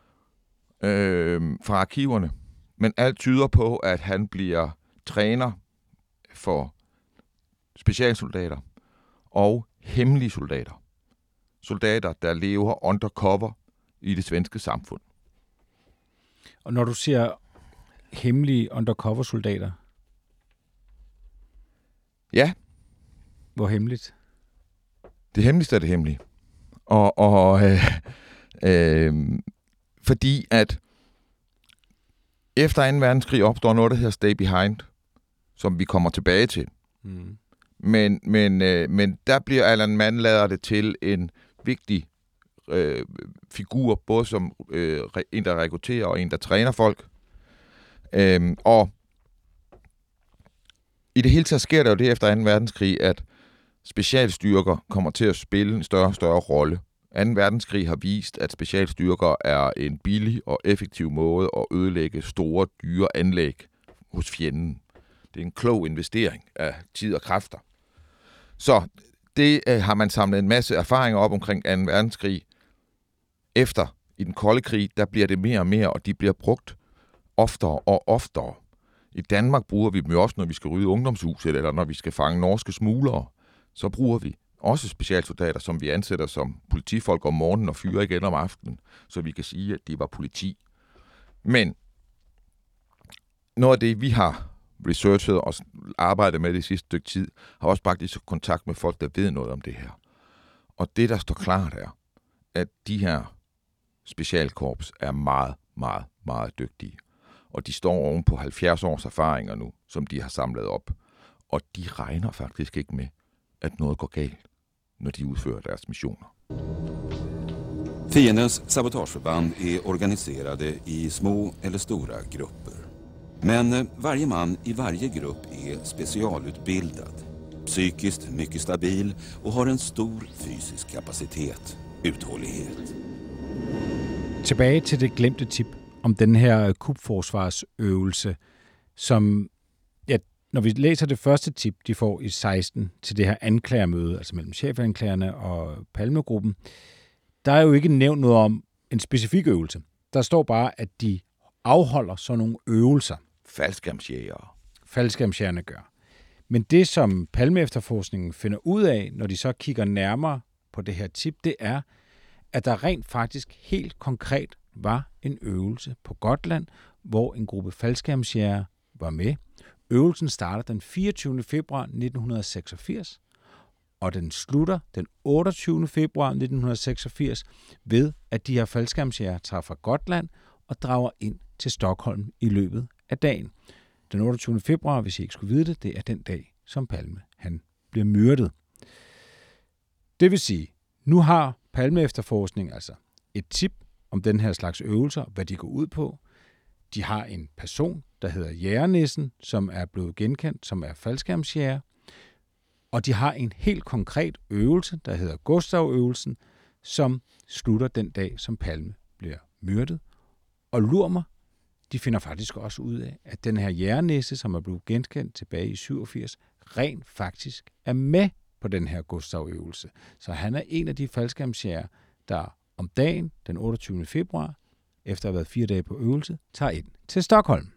fra arkiverne, men alt tyder på, at han bliver træner for specialsoldater og hemmelige soldater. Soldater, der lever undercover i det svenske samfund. Og når du siger hemmelige undercover-soldater? Ja. Hvor hemmeligt? Det hemmeligste er det hemmelige. Fordi at efter 2. verdenskrig opstår noget, der hedder Stay Behind, som vi kommer tilbage til. Mm. Men der bliver Allan Mann lader det til en vigtig figur, både som en, der rekrutterer og en, der træner folk. Og i det hele taget sker der jo det efter 2. verdenskrig, at specialstyrker kommer til at spille en større og større rolle. 2. verdenskrig har vist, at specialstyrker er en billig og effektiv måde at ødelægge store, dyre anlæg hos fjenden. Det er en klog investering af tid og kræfter. Så det har man samlet en masse erfaringer op omkring 2. verdenskrig. Efter i den kolde krig, der bliver det mere og mere, og de bliver brugt oftere og oftere. I Danmark bruger vi dem jo også, når vi skal rydde ungdomshuset, eller når vi skal fange norske smuglere. Så bruger vi også specialsoldater, som vi ansætter som politifolk om morgenen og fyrer igen om aftenen, så vi kan sige, at de var politi. Men noget af det, vi har researchet og arbejdet med det sidste stykke tid, har også bragt i kontakt med folk, der ved noget om det her. Og det, der står klart, er, at de her specialkorps er meget, meget, meget dygtige. og de står oven på 70 års erfaringer nu, som de har samlet op. Og de regner faktisk ikke med, at noget går galt, når de udfører deres missioner. Fiendens sabotageförband är organiserade i små eller stora grupper. Men varje man i varje grupp är specialutbildad, psykiskt mycket stabil och har en stor fysisk kapacitet, uthållighet. Tilbage til det glemte tip om den her kupforsvarsøvelse, som, ja, når vi læser det første tip, de får i 16 til det her anklagermøde, altså mellem chefanklagerne og Palmegruppen, der er jo ikke nævnt noget om en specifik øvelse. Der står bare, at de afholder sådan nogle øvelser. Faldskærmsjægerne gør. Men det, som Palme-efterforskningen finder ud af, når de så kigger nærmere på det her tip, det er, at der rent faktisk helt konkret var en øvelse på Gotland, hvor en gruppe faldskærmsjægere var med. Øvelsen starter den 24. februar 1986, og den slutter den 28. februar 1986 ved, at de her faldskærmsjægere tager fra Gotland og drager ind til Stockholm i løbet af dagen. Den 28. februar, hvis I ikke skulle vide det, det er den dag, som Palme han bliver myrdet. Det vil sige, nu har Palme-efterforskning altså et tip om den her slags øvelser, hvad de går ud på. De har en person, der hedder Jægernissen, som er blevet genkendt, som er faldskærmsjæger. Og de har en helt konkret øvelse, der hedder Gustav-øvelsen, som slutter den dag, som Palme bliver myrdet. Og lur mig, de finder faktisk også ud af, at den her Jægernisse, som er blevet genkendt tilbage i 87, rent faktisk er med på den her Gustav-øvelse. Så han er en af de faldskærmsjægere, der om dagen, den 28. februar, efter at have været 4 dage på øvelse, tager ind til Stockholm.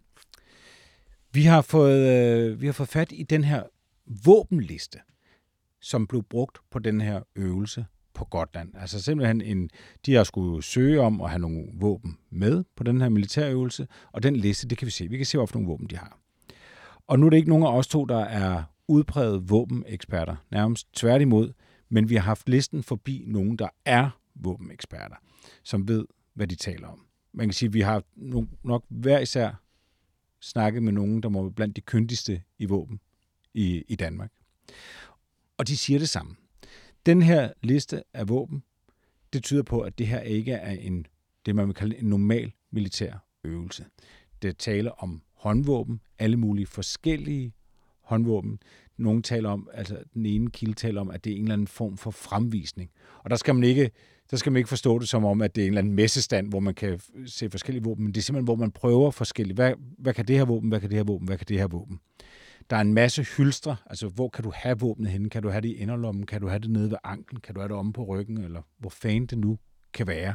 Vi har fået fat i den her våbenliste, som blev brugt på den her øvelse på Gotland. Altså simpelthen de har skulle søge om at have nogle våben med på den her militærøvelse, og den liste, det kan vi se. Vi kan se, hvilke våben de har. Og nu er det ikke nogen af os to, der er udpræget våbeneksperter, nærmest tværtimod, men vi har haft listen forbi nogen, der er våbeneksperter, som ved, hvad de taler om. Man kan sige, at vi har nok hver især snakket med nogen, der må være blandt de kyndigste i våben i Danmark. Og de siger det samme. Den her liste af våben, det tyder på, at det her ikke er det, man vil kalde en normal militær øvelse. Det taler om håndvåben, alle mulige forskellige håndvåben. Nogle taler om, altså den ene kilde taler om, at det er en eller anden form for fremvisning. Og der skal man ikke forstå det som om, at det er en eller anden messestand, hvor man kan se forskellige våben, men det er simpelthen, hvor man prøver forskellige. Hvad kan det her våben? Hvad kan det her våben? Hvad kan det her våben? Der er en masse hylstre, altså hvor kan du have våbnet henne? Kan du have det i inderlommen? Kan du have det nede ved anklen? Kan du have det omme på ryggen? Eller hvor fanden det nu kan være.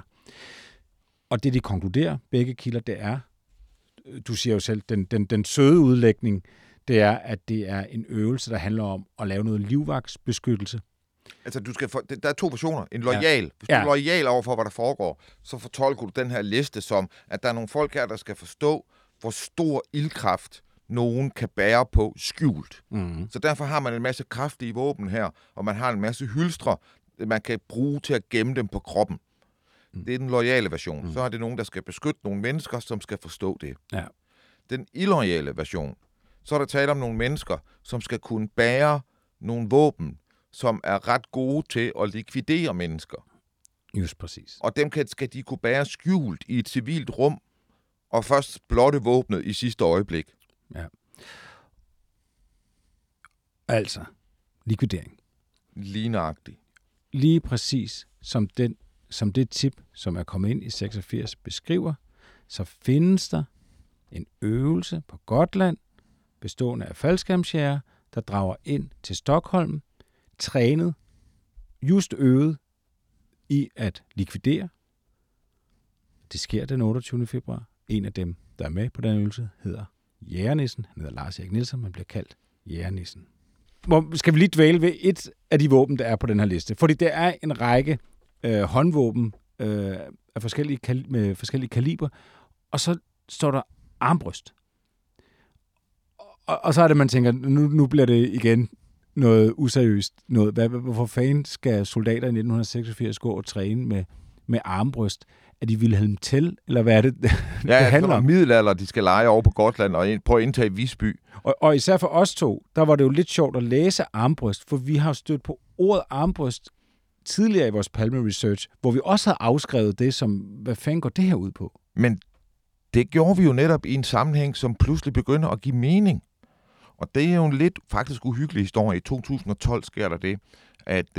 Og det, de konkluderer, begge kilder, det er, du siger jo selv, den søde udlægning, det er, at det er en øvelse, der handler om at lave noget livvagtsbeskyttelse. Altså, der er 2 versioner. En loyal. Hvis du er loyal over for, hvad der foregår, så fortolker du den her liste som, at der er nogle folk her, der skal forstå, hvor stor ildkraft nogen kan bære på skjult. Mm. Så derfor har man en masse kraftige våben her, og man har en masse hylstre, man kan bruge til at gemme dem på kroppen. Mm. Det er den loyale version. Mm. Så er det nogen, der skal beskytte nogle mennesker, som skal forstå det. Ja. Den illoyale version, så er der tale om nogle mennesker, som skal kunne bære nogle våben, som er ret gode til at likvidere mennesker. Just præcis. Og dem skal de kunne bære skjult i et civilt rum, og først blotte våbnet i sidste øjeblik. Ja. Altså, likvidering. Lige nøjagtigt. Lige præcis som det tip, som er kommet ind i 86, beskriver, så findes der en øvelse på Gotland, bestående af faldskærmsjægere, der drager ind til Stockholm, trænet, just øvet i at likvidere. Det sker den 28. februar. En af dem, der er med på den øvelse, hedder Jægernissen. Han hedder Lars Erik Nielsen, man bliver kaldt Jægernissen. Skal vi lige dvæle ved et af de våben, der er på den her liste? Fordi der er en række håndvåben af med forskellige kaliber, og så står der armbryst. Og så er det, man tænker, nu bliver det igen noget useriøst. Hvorfor fanden skal soldater i 1986 gå og træne med armbryst? Er de Wilhelm Tell, eller hvad er det, det handler om? Middelalder, de skal lege over på Gotland og prøve at indtage Visby. Og især for os to, der var det jo lidt sjovt at læse armbryst, for vi har stødt på ordet armbryst tidligere i vores Palme-research, hvor vi også havde afskrevet det som, hvad fanden går det her ud på? Men det gjorde vi jo netop i en sammenhæng, som pludselig begynder at give mening. Og det er jo en lidt faktisk uhyggelig historie. I 2012 sker der det, at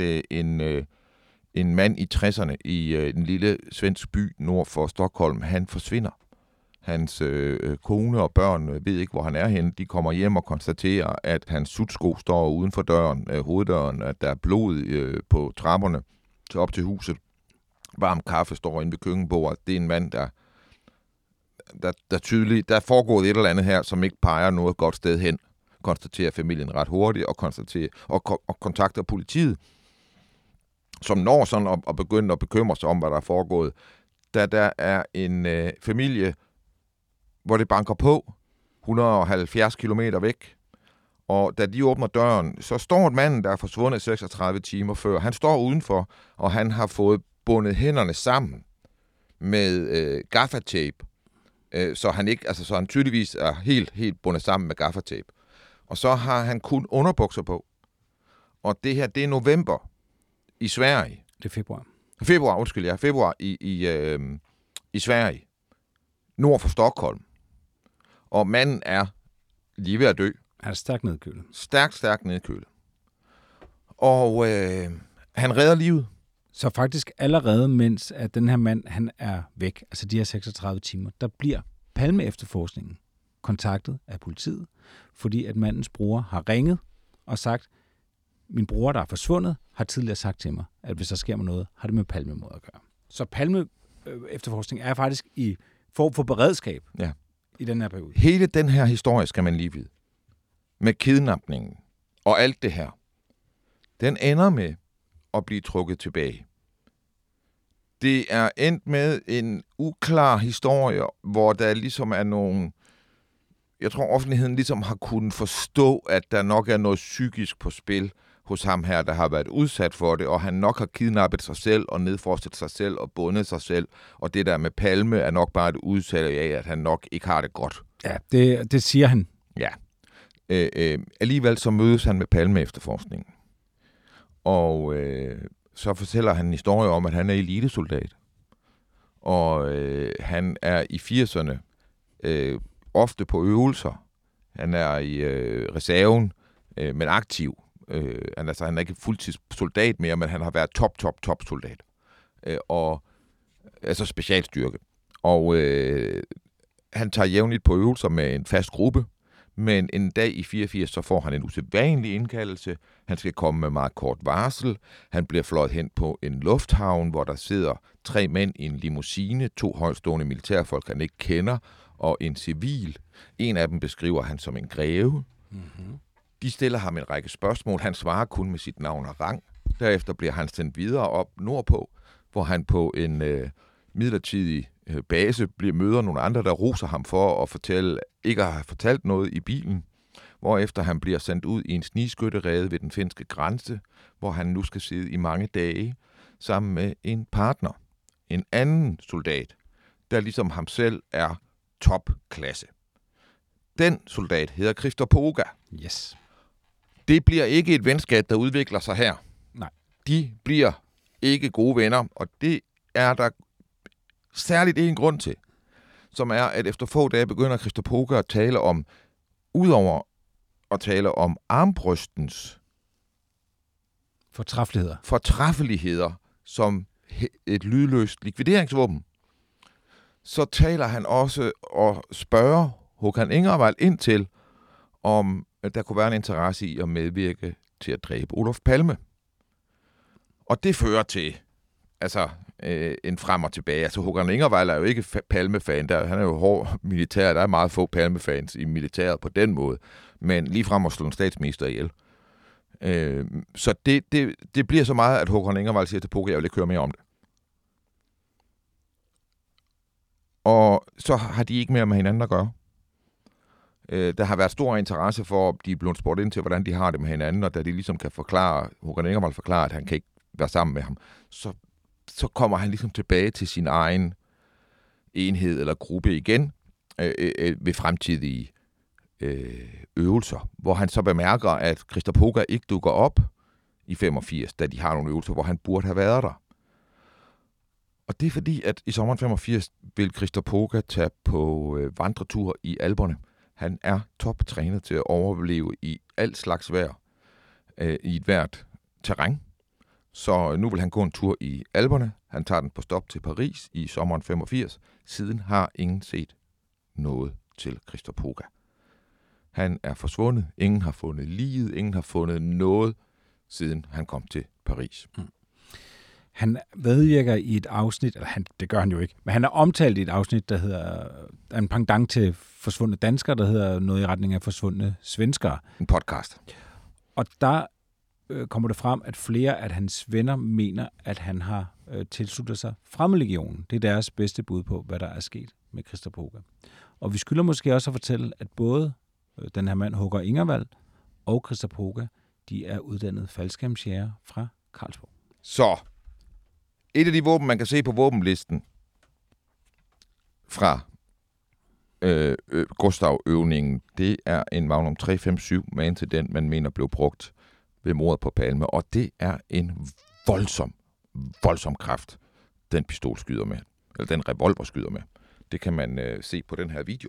en mand i 60'erne i en lille svensk by nord for Stockholm, han forsvinder. Hans kone og børn ved ikke, hvor han er henne. De kommer hjem og konstaterer, at hans sutsko står uden for døren, hoveddøren, at der er blod på trapperne til op til huset. Varm kaffe står inde ved køkkenbordet. Det er en mand, der tydeligt, der er foregået et eller andet her, som ikke peger noget godt sted hen. Konstaterer familien ret hurtigt og kontakter politiet, som når sådan og begynder at bekymre sig om, hvad der er foregået. Da der er en familie, hvor det banker på, 170 kilometer væk, og da de åbner døren, så står et mand, der er forsvundet 36 timer før. Han står udenfor, og han har fået bundet hænderne sammen med gaffatape, så han tydeligvis er helt bundet sammen med gaffatape. Og så har han kun underbukser på. Og det her, det er november i Sverige. Det er februar. Februar i Sverige. Nord for Stockholm. Og manden er lige ved at dø. Han er stærkt nedkølet. Stærkt nedkølet. Og han redder livet. Så faktisk allerede, mens at den her mand han er væk, altså de her 36 timer, der bliver Palme-efterforskningen kontaktet af politiet, fordi at mandens bror har ringet og sagt, min bror, der er forsvundet, har tidligere sagt til mig, at hvis der sker mig noget, har det med Palme-mord at gøre. Så Palme-efterforskning er faktisk i form for beredskab i den her periode. Hele den her historie skal man lige vide. Med kidnapningen og alt det her. Den ender med at blive trukket tilbage. Det er endt med en uklar historie, hvor der ligesom er nogle... Jeg tror, offentligheden ligesom har kunnet forstå, at der nok er noget psykisk på spil hos ham her, der har været udsat for det, og han nok har kidnappet sig selv og nedforstet sig selv og bundet sig selv. Og det der med Palme er nok bare et udsalg af, at han nok ikke har det godt. Ja, det siger han. Ja. Alligevel så mødes han med Palme-efterforskningen. Og så fortæller han en historie om, at han er elitesoldat. Og han er i 80'erne ofte på øvelser. Han er i reserven, men aktiv. Han er ikke fuldtidssoldat mere, men han har været top soldat. Og altså specialstyrke. Og han tager jævnligt på øvelser med en fast gruppe, men en dag i 84, så får han en usædvanlig indkaldelse. Han skal komme med meget kort varsel. Han bliver fløjet hen på en lufthavn, hvor der sidder 3 mænd i en limousine, 2 højtstående militærfolk, han ikke kender, og en civil. En af dem beskriver han som en greve. Mm-hmm. De stiller ham en række spørgsmål. Han svarer kun med sit navn og rang. Derefter bliver han sendt videre op nordpå, hvor han på en midlertidig base møder nogle andre, der roser ham for at ikke at have fortalt noget i bilen, hvorefter han bliver sendt ud i en snigskytterede ved den finske grænse, hvor han nu skal sidde i mange dage sammen med en partner, en anden soldat, der ligesom ham selv er topklasse. Den soldat hedder Christer Poga. Yes. Det bliver ikke et venskab, der udvikler sig her. Nej. De bliver ikke gode venner, og det er der særligt en grund til, som er, at efter få dage begynder Christer Poga at tale om, udover at tale om armbrystens fortræffeligheder som et lydløst likvideringsvåben, så taler han også og spørger Håkan Ingervald ind til, om der kunne være en interesse i at medvirke til at dræbe Olof Palme. Og det fører til en frem og tilbage. Altså Håkan Ingervald er jo ikke Palme-fan. Han er jo hård militær. Der er meget få Palme-fans i militæret på den måde. Men lige frem at slå en statsminister ihjel. Så det bliver så meget, at Håkan Ingervald siger til Poga, jeg vil ikke høre mere om det. Og så har de ikke mere med hinanden at gøre. Der har været stor interesse for, at de er blevet spurgt ind til, hvordan de har det med hinanden, og da de ligesom kan forklare, Håkan Ingervald forklarer, at han kan ikke være sammen med ham, så kommer han ligesom tilbage til sin egen enhed eller gruppe igen ved fremtidige øvelser, hvor han så bemærker, at Christer Poga ikke dukker op i 85, da de har nogle øvelser, hvor han burde have været der. Og det er fordi, at i sommeren 85 vil Christer Poga tage på vandretur i Alperne. Han er toptrænet til at overleve i alt slags vejr, i et hvert terræn. Så nu vil han gå en tur i Alperne. Han tager den på stop til Paris i sommeren 85. Siden har ingen set noget til Christer Poga. Han er forsvundet. Ingen har fundet liget. Ingen har fundet noget, siden han kom til Paris. Han medvirker i et afsnit, eller det gør han jo ikke, men han er omtalt i et afsnit, der hedder en pendant til forsvundne danskere, der hedder noget i retning af forsvundne svenskere. En podcast. Og der kommer det frem, at flere af hans venner mener, at han har tilsluttet sig Fremmedlegionen. Det er deres bedste bud på, hvad der er sket med Christer Poga. Og vi skylder måske også at fortælle, at både den her mand, Håger Ingervald, og Christer Poga, de er uddannet faldskærmsjægere fra Carlsborg. Så et af de våben, man kan se på våbenlisten fra Gustav-øvningen, det er en Magnum 357 med til den, man mener blev brugt ved mordet på Palme. Og det er en voldsom kraft, den pistol skyder med, eller den revolver skyder med. Det kan man se på den her video.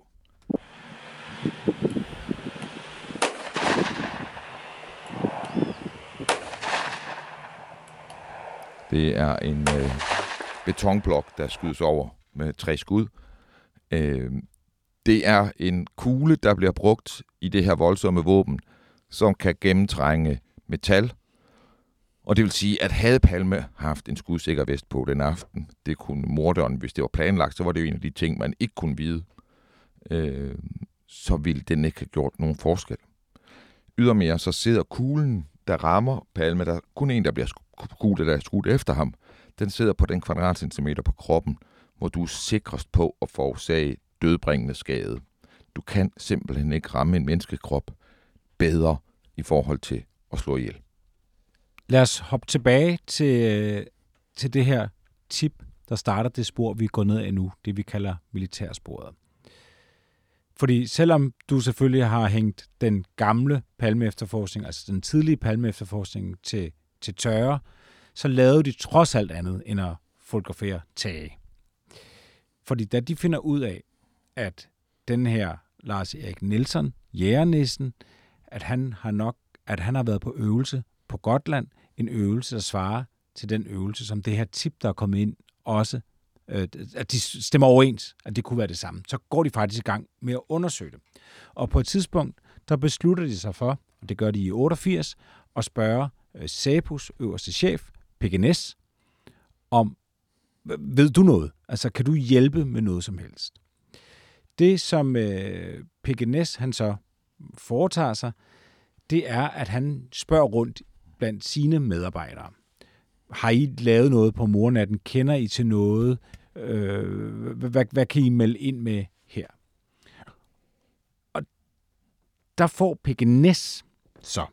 Det er en betonblok, der skydes over med 3 skud. Det er en kugle, der bliver brugt i det her voldsomme våben, som kan gennemtrænge metal. Og det vil sige, at havde Palme haft en skudsikker vest på den aften, det kunne morderen, hvis det var planlagt, så var det jo en af de ting, man ikke kunne vide. Så ville den ikke have gjort nogen forskel. Ydermere så sidder kuglen, der rammer Palme, der kun en, der bliver kugle, der er skudt efter ham, den sidder på den kvadratcentimeter på kroppen, hvor du er sikrest på at forårsage dødbringende skade. Du kan simpelthen ikke ramme en menneskekrop bedre i forhold til at slå ihjel. Lad os hoppe tilbage til det her tip, der starter det spor, vi går ned ad nu, det vi kalder militærsporet. Fordi selvom du selvfølgelig har hængt den gamle Palme-efterforskning, altså den tidlige Palme-efterforskning til tørre, så lavede de trods alt andet end at fotografere Tage. Fordi da de finder ud af, at den her Lars Erik Nielsen, jægernissen, at han har været på øvelse på Gotland, en øvelse, der svarer til den øvelse, som det her tip, der er kommet ind, også, at de stemmer overens, at det kunne være det samme. Så går de faktisk i gang med at undersøge det. Og på et tidspunkt, der beslutter de sig for, og det gør de i 88, at spørge SÄPOs øverste chef, P.G. om, ved du noget? Altså, kan du hjælpe med noget som helst? Det, som P.G. han så foretager sig, det er, at han spørger rundt blandt sine medarbejdere. Har I lavet noget på mornatten? Kender I til noget? Hvad kan I melde ind med her? Og der får P.G. så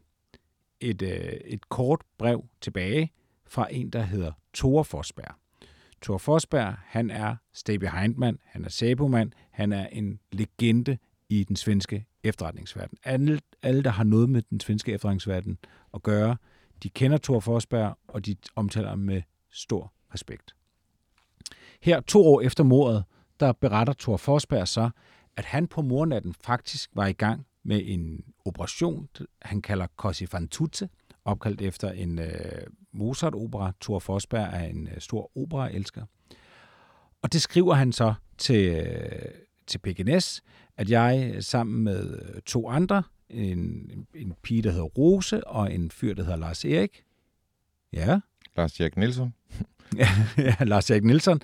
et kort brev tilbage fra en, der hedder Tore Forsberg. Tore Forsberg, han er stay behind-mand, han er SÄPO-mand, han er en legende i den svenske efterretningsverden. Alle, der har noget med den svenske efterretningsverden at gøre, de kender Tore Forsberg, og de omtaler ham med stor respekt. Her 2 år efter mordet, der beretter Tore Forsberg så, at han på mornatten faktisk var i gang med en operation, han kalder Così fan tutte, opkaldt efter en Mozart-opera. Tore Forsberg er en stor operaelsker. Og det skriver han så til P.G. at jeg sammen med 2 andre, en pige, der hedder Rose, og en fyr, der hedder Lars Erik. Ja. Lars Erik Nielsen. Ja, Lars Erik Nielsen,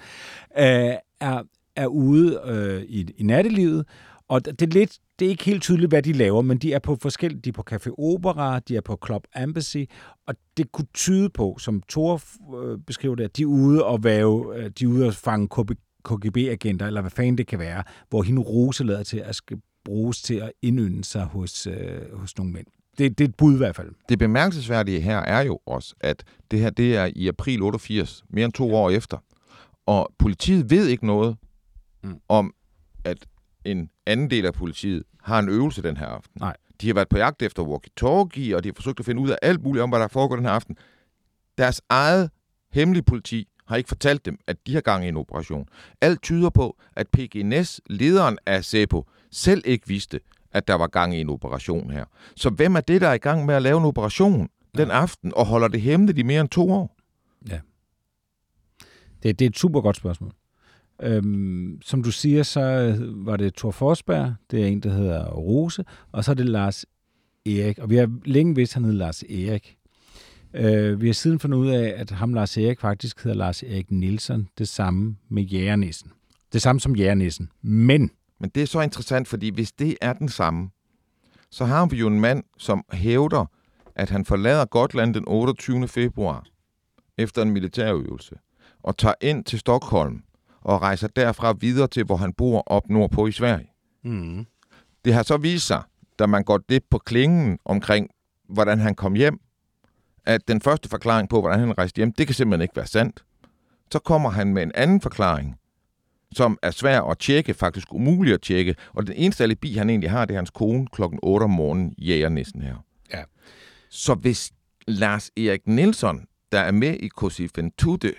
er ude i nattelivet, og det er ikke helt tydeligt, hvad de laver, men de er på forskellige, de er på Café Opera, de er på Club Embassy, og det kunne tyde på, som Tore beskriver det, at de er ude og fange KGB-agenter, eller hvad fanden det kan være, hvor hende Rose lader til at skal bruges til at indynde sig hos nogle mænd. Det er et bud i hvert fald. Det bemærkelsesværdige her er jo også, at det her det er i april 88, mere end 2 år efter. Og politiet ved ikke noget om, at en anden del af politiet har en øvelse den her aften. Nej. De har været på jagt efter walkie-talkie, og de har forsøgt at finde ud af alt muligt om, hvad der foregår den her aften. Deres eget hemmelige politi har ikke fortalt dem, at de har gang i en operation. Alt tyder på, at PGNS, lederen af SEPO, selv ikke vidste, at der var gang i en operation her. Så hvem er det, der er i gang med at lave en operation den aften, og holder det hemmeligt i mere end 2 år? Ja. Det er et super godt spørgsmål. Som du siger, så var det Thor Forsberg, det er en, der hedder Rose, og så er det Lars Erik. Og vi har længe vidst, at han hedder Lars Erik. Vi har siden fundet ud af, at ham Lars Erik faktisk hedder Lars Erik Nielsen, det samme med Jægernissen. Det samme som Jægernissen. Men det er så interessant, fordi hvis det er den samme, så har vi jo en mand, som hævder, at han forlader Gotland den 28. februar efter en militærøvelse og tager ind til Stockholm og rejser derfra videre til, hvor han bor op nordpå i Sverige. Mm. Det har så vist sig, da man går det på klingen omkring, hvordan han kom hjem, at den første forklaring på, hvordan han rejste hjem, det kan simpelthen ikke være sandt. Så kommer han med en anden forklaring, som er svær at tjekke, faktisk umuligt at tjekke, og den eneste alibi, han egentlig har, det er hans kone klokken 8 om morgenen, Jægernissen her. Ja. Så hvis Lars Erik Nielsen, der er med i Kosifentude,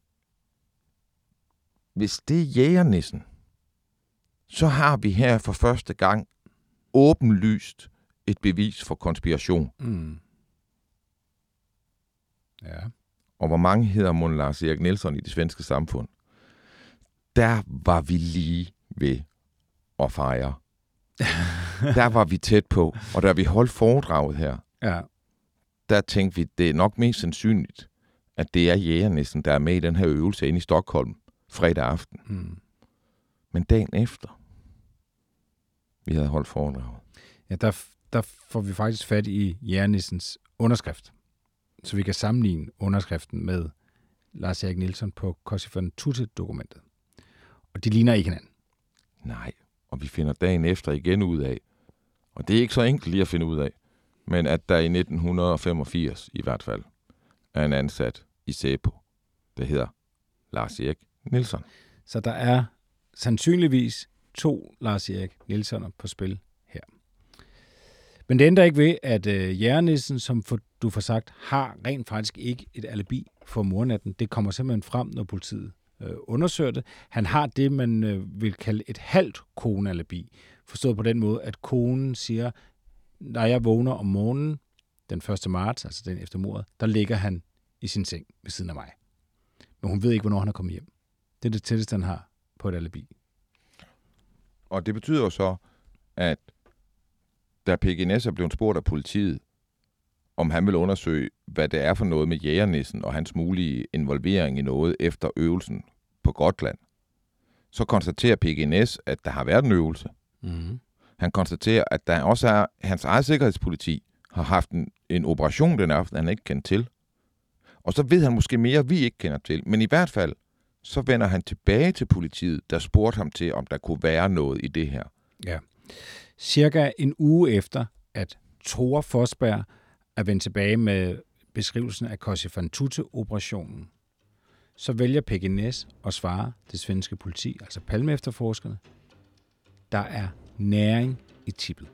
hvis det er Jægernissen, så har vi her for første gang åbenlyst et bevis for konspiration. Mm. Ja. Og hvor mange hedder mon Lars Erik Nielsen i det svenske samfund? Der var vi lige ved at fejre. Der var vi tæt på. Og da vi holdt foredraget her, der tænkte vi, det er nok mest sandsynligt, at det er Jægernissen, der er med i den her øvelse inde i Stockholm fredag aften. Mm. Men dagen efter, vi havde holdt foredraget. Ja, der får vi faktisk fat i Jægernissens underskrift. Så vi kan sammenligne underskriften med Lars Erik Nielsen på Kosifentude-dokumentet. Og de ligner ikke hinanden. Nej, og vi finder dagen efter igen ud af, og det er ikke så enkelt lige at finde ud af, men at der i 1985 i hvert fald er en ansat i SEPO, der hedder Lars Erik Nielsen. Så der er sandsynligvis 2 Lars Erik Nielsener på spil her. Men det ændrer ikke ved, at Jægernissen, som du får sagt, har rent faktisk ikke et alibi for mordnatten. Det kommer simpelthen frem, når politiet undersøger det. Han har det, man vil kalde et halvt konealibi. Forstået på den måde, at konen siger, når jeg vågner om morgenen den 1. marts, altså den efter mordet, der ligger han i sin seng ved siden af mig. Men hun ved ikke, hvornår han er kommet hjem. Det er det tætteste, han har på et alibi. Og det betyder jo så, at da PGNS er blevet spurgt af politiet, om han vil undersøge, hvad det er for noget med Jægernissen og hans mulige involvering i noget efter øvelsen på Gotland, så konstaterer PGNS, at der har været en øvelse. Mm-hmm. Han konstaterer, at der også er hans eget sikkerhedspoliti har haft en operation den aften, han ikke kendte til. Og så ved han måske mere, vi ikke kender til. Men i hvert fald, så vender han tilbage til politiet, der spurgte ham til, om der kunne være noget i det her. Ja. Cirka en uge efter, at Thor Forsberg er vendt tilbage med beskrivelsen af Kosifentude-operationen, så vælger PGNS at svare det svenske politi, altså Palme-efterforskerne. Der er næring i tippet.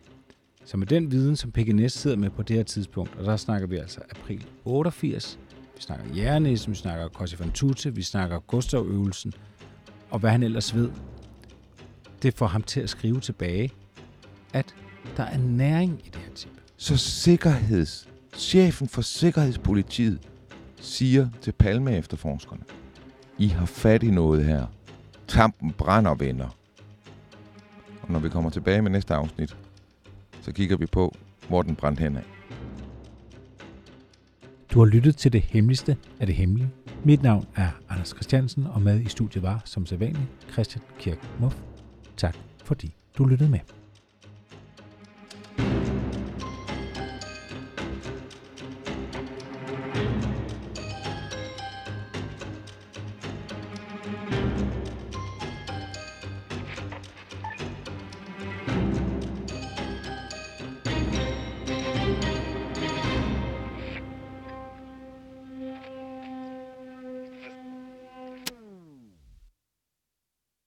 Så med den viden, som PGNS sidder med på det her tidspunkt, og der snakker vi altså april 88, vi snakker Jægernissen, vi snakker Kosifentude, vi snakker Gustav-øvelsen, og hvad han ellers ved, det får ham til at skrive tilbage, at der er næring i det her tip. Så chefen for Sikkerhedspolitiet siger til Palme-efterforskerne, I har fat i noget her. Tampen brænder, venner. Og når vi kommer tilbage med næste afsnit, så kigger vi på, hvor den brændte hen af. Du har lyttet til det hemmeligste af det hemmelige. Mit navn er Anders Christiansen, og med i studiet var, som sædvanligt, Christian Kirk Muff. Tak fordi du lyttede med.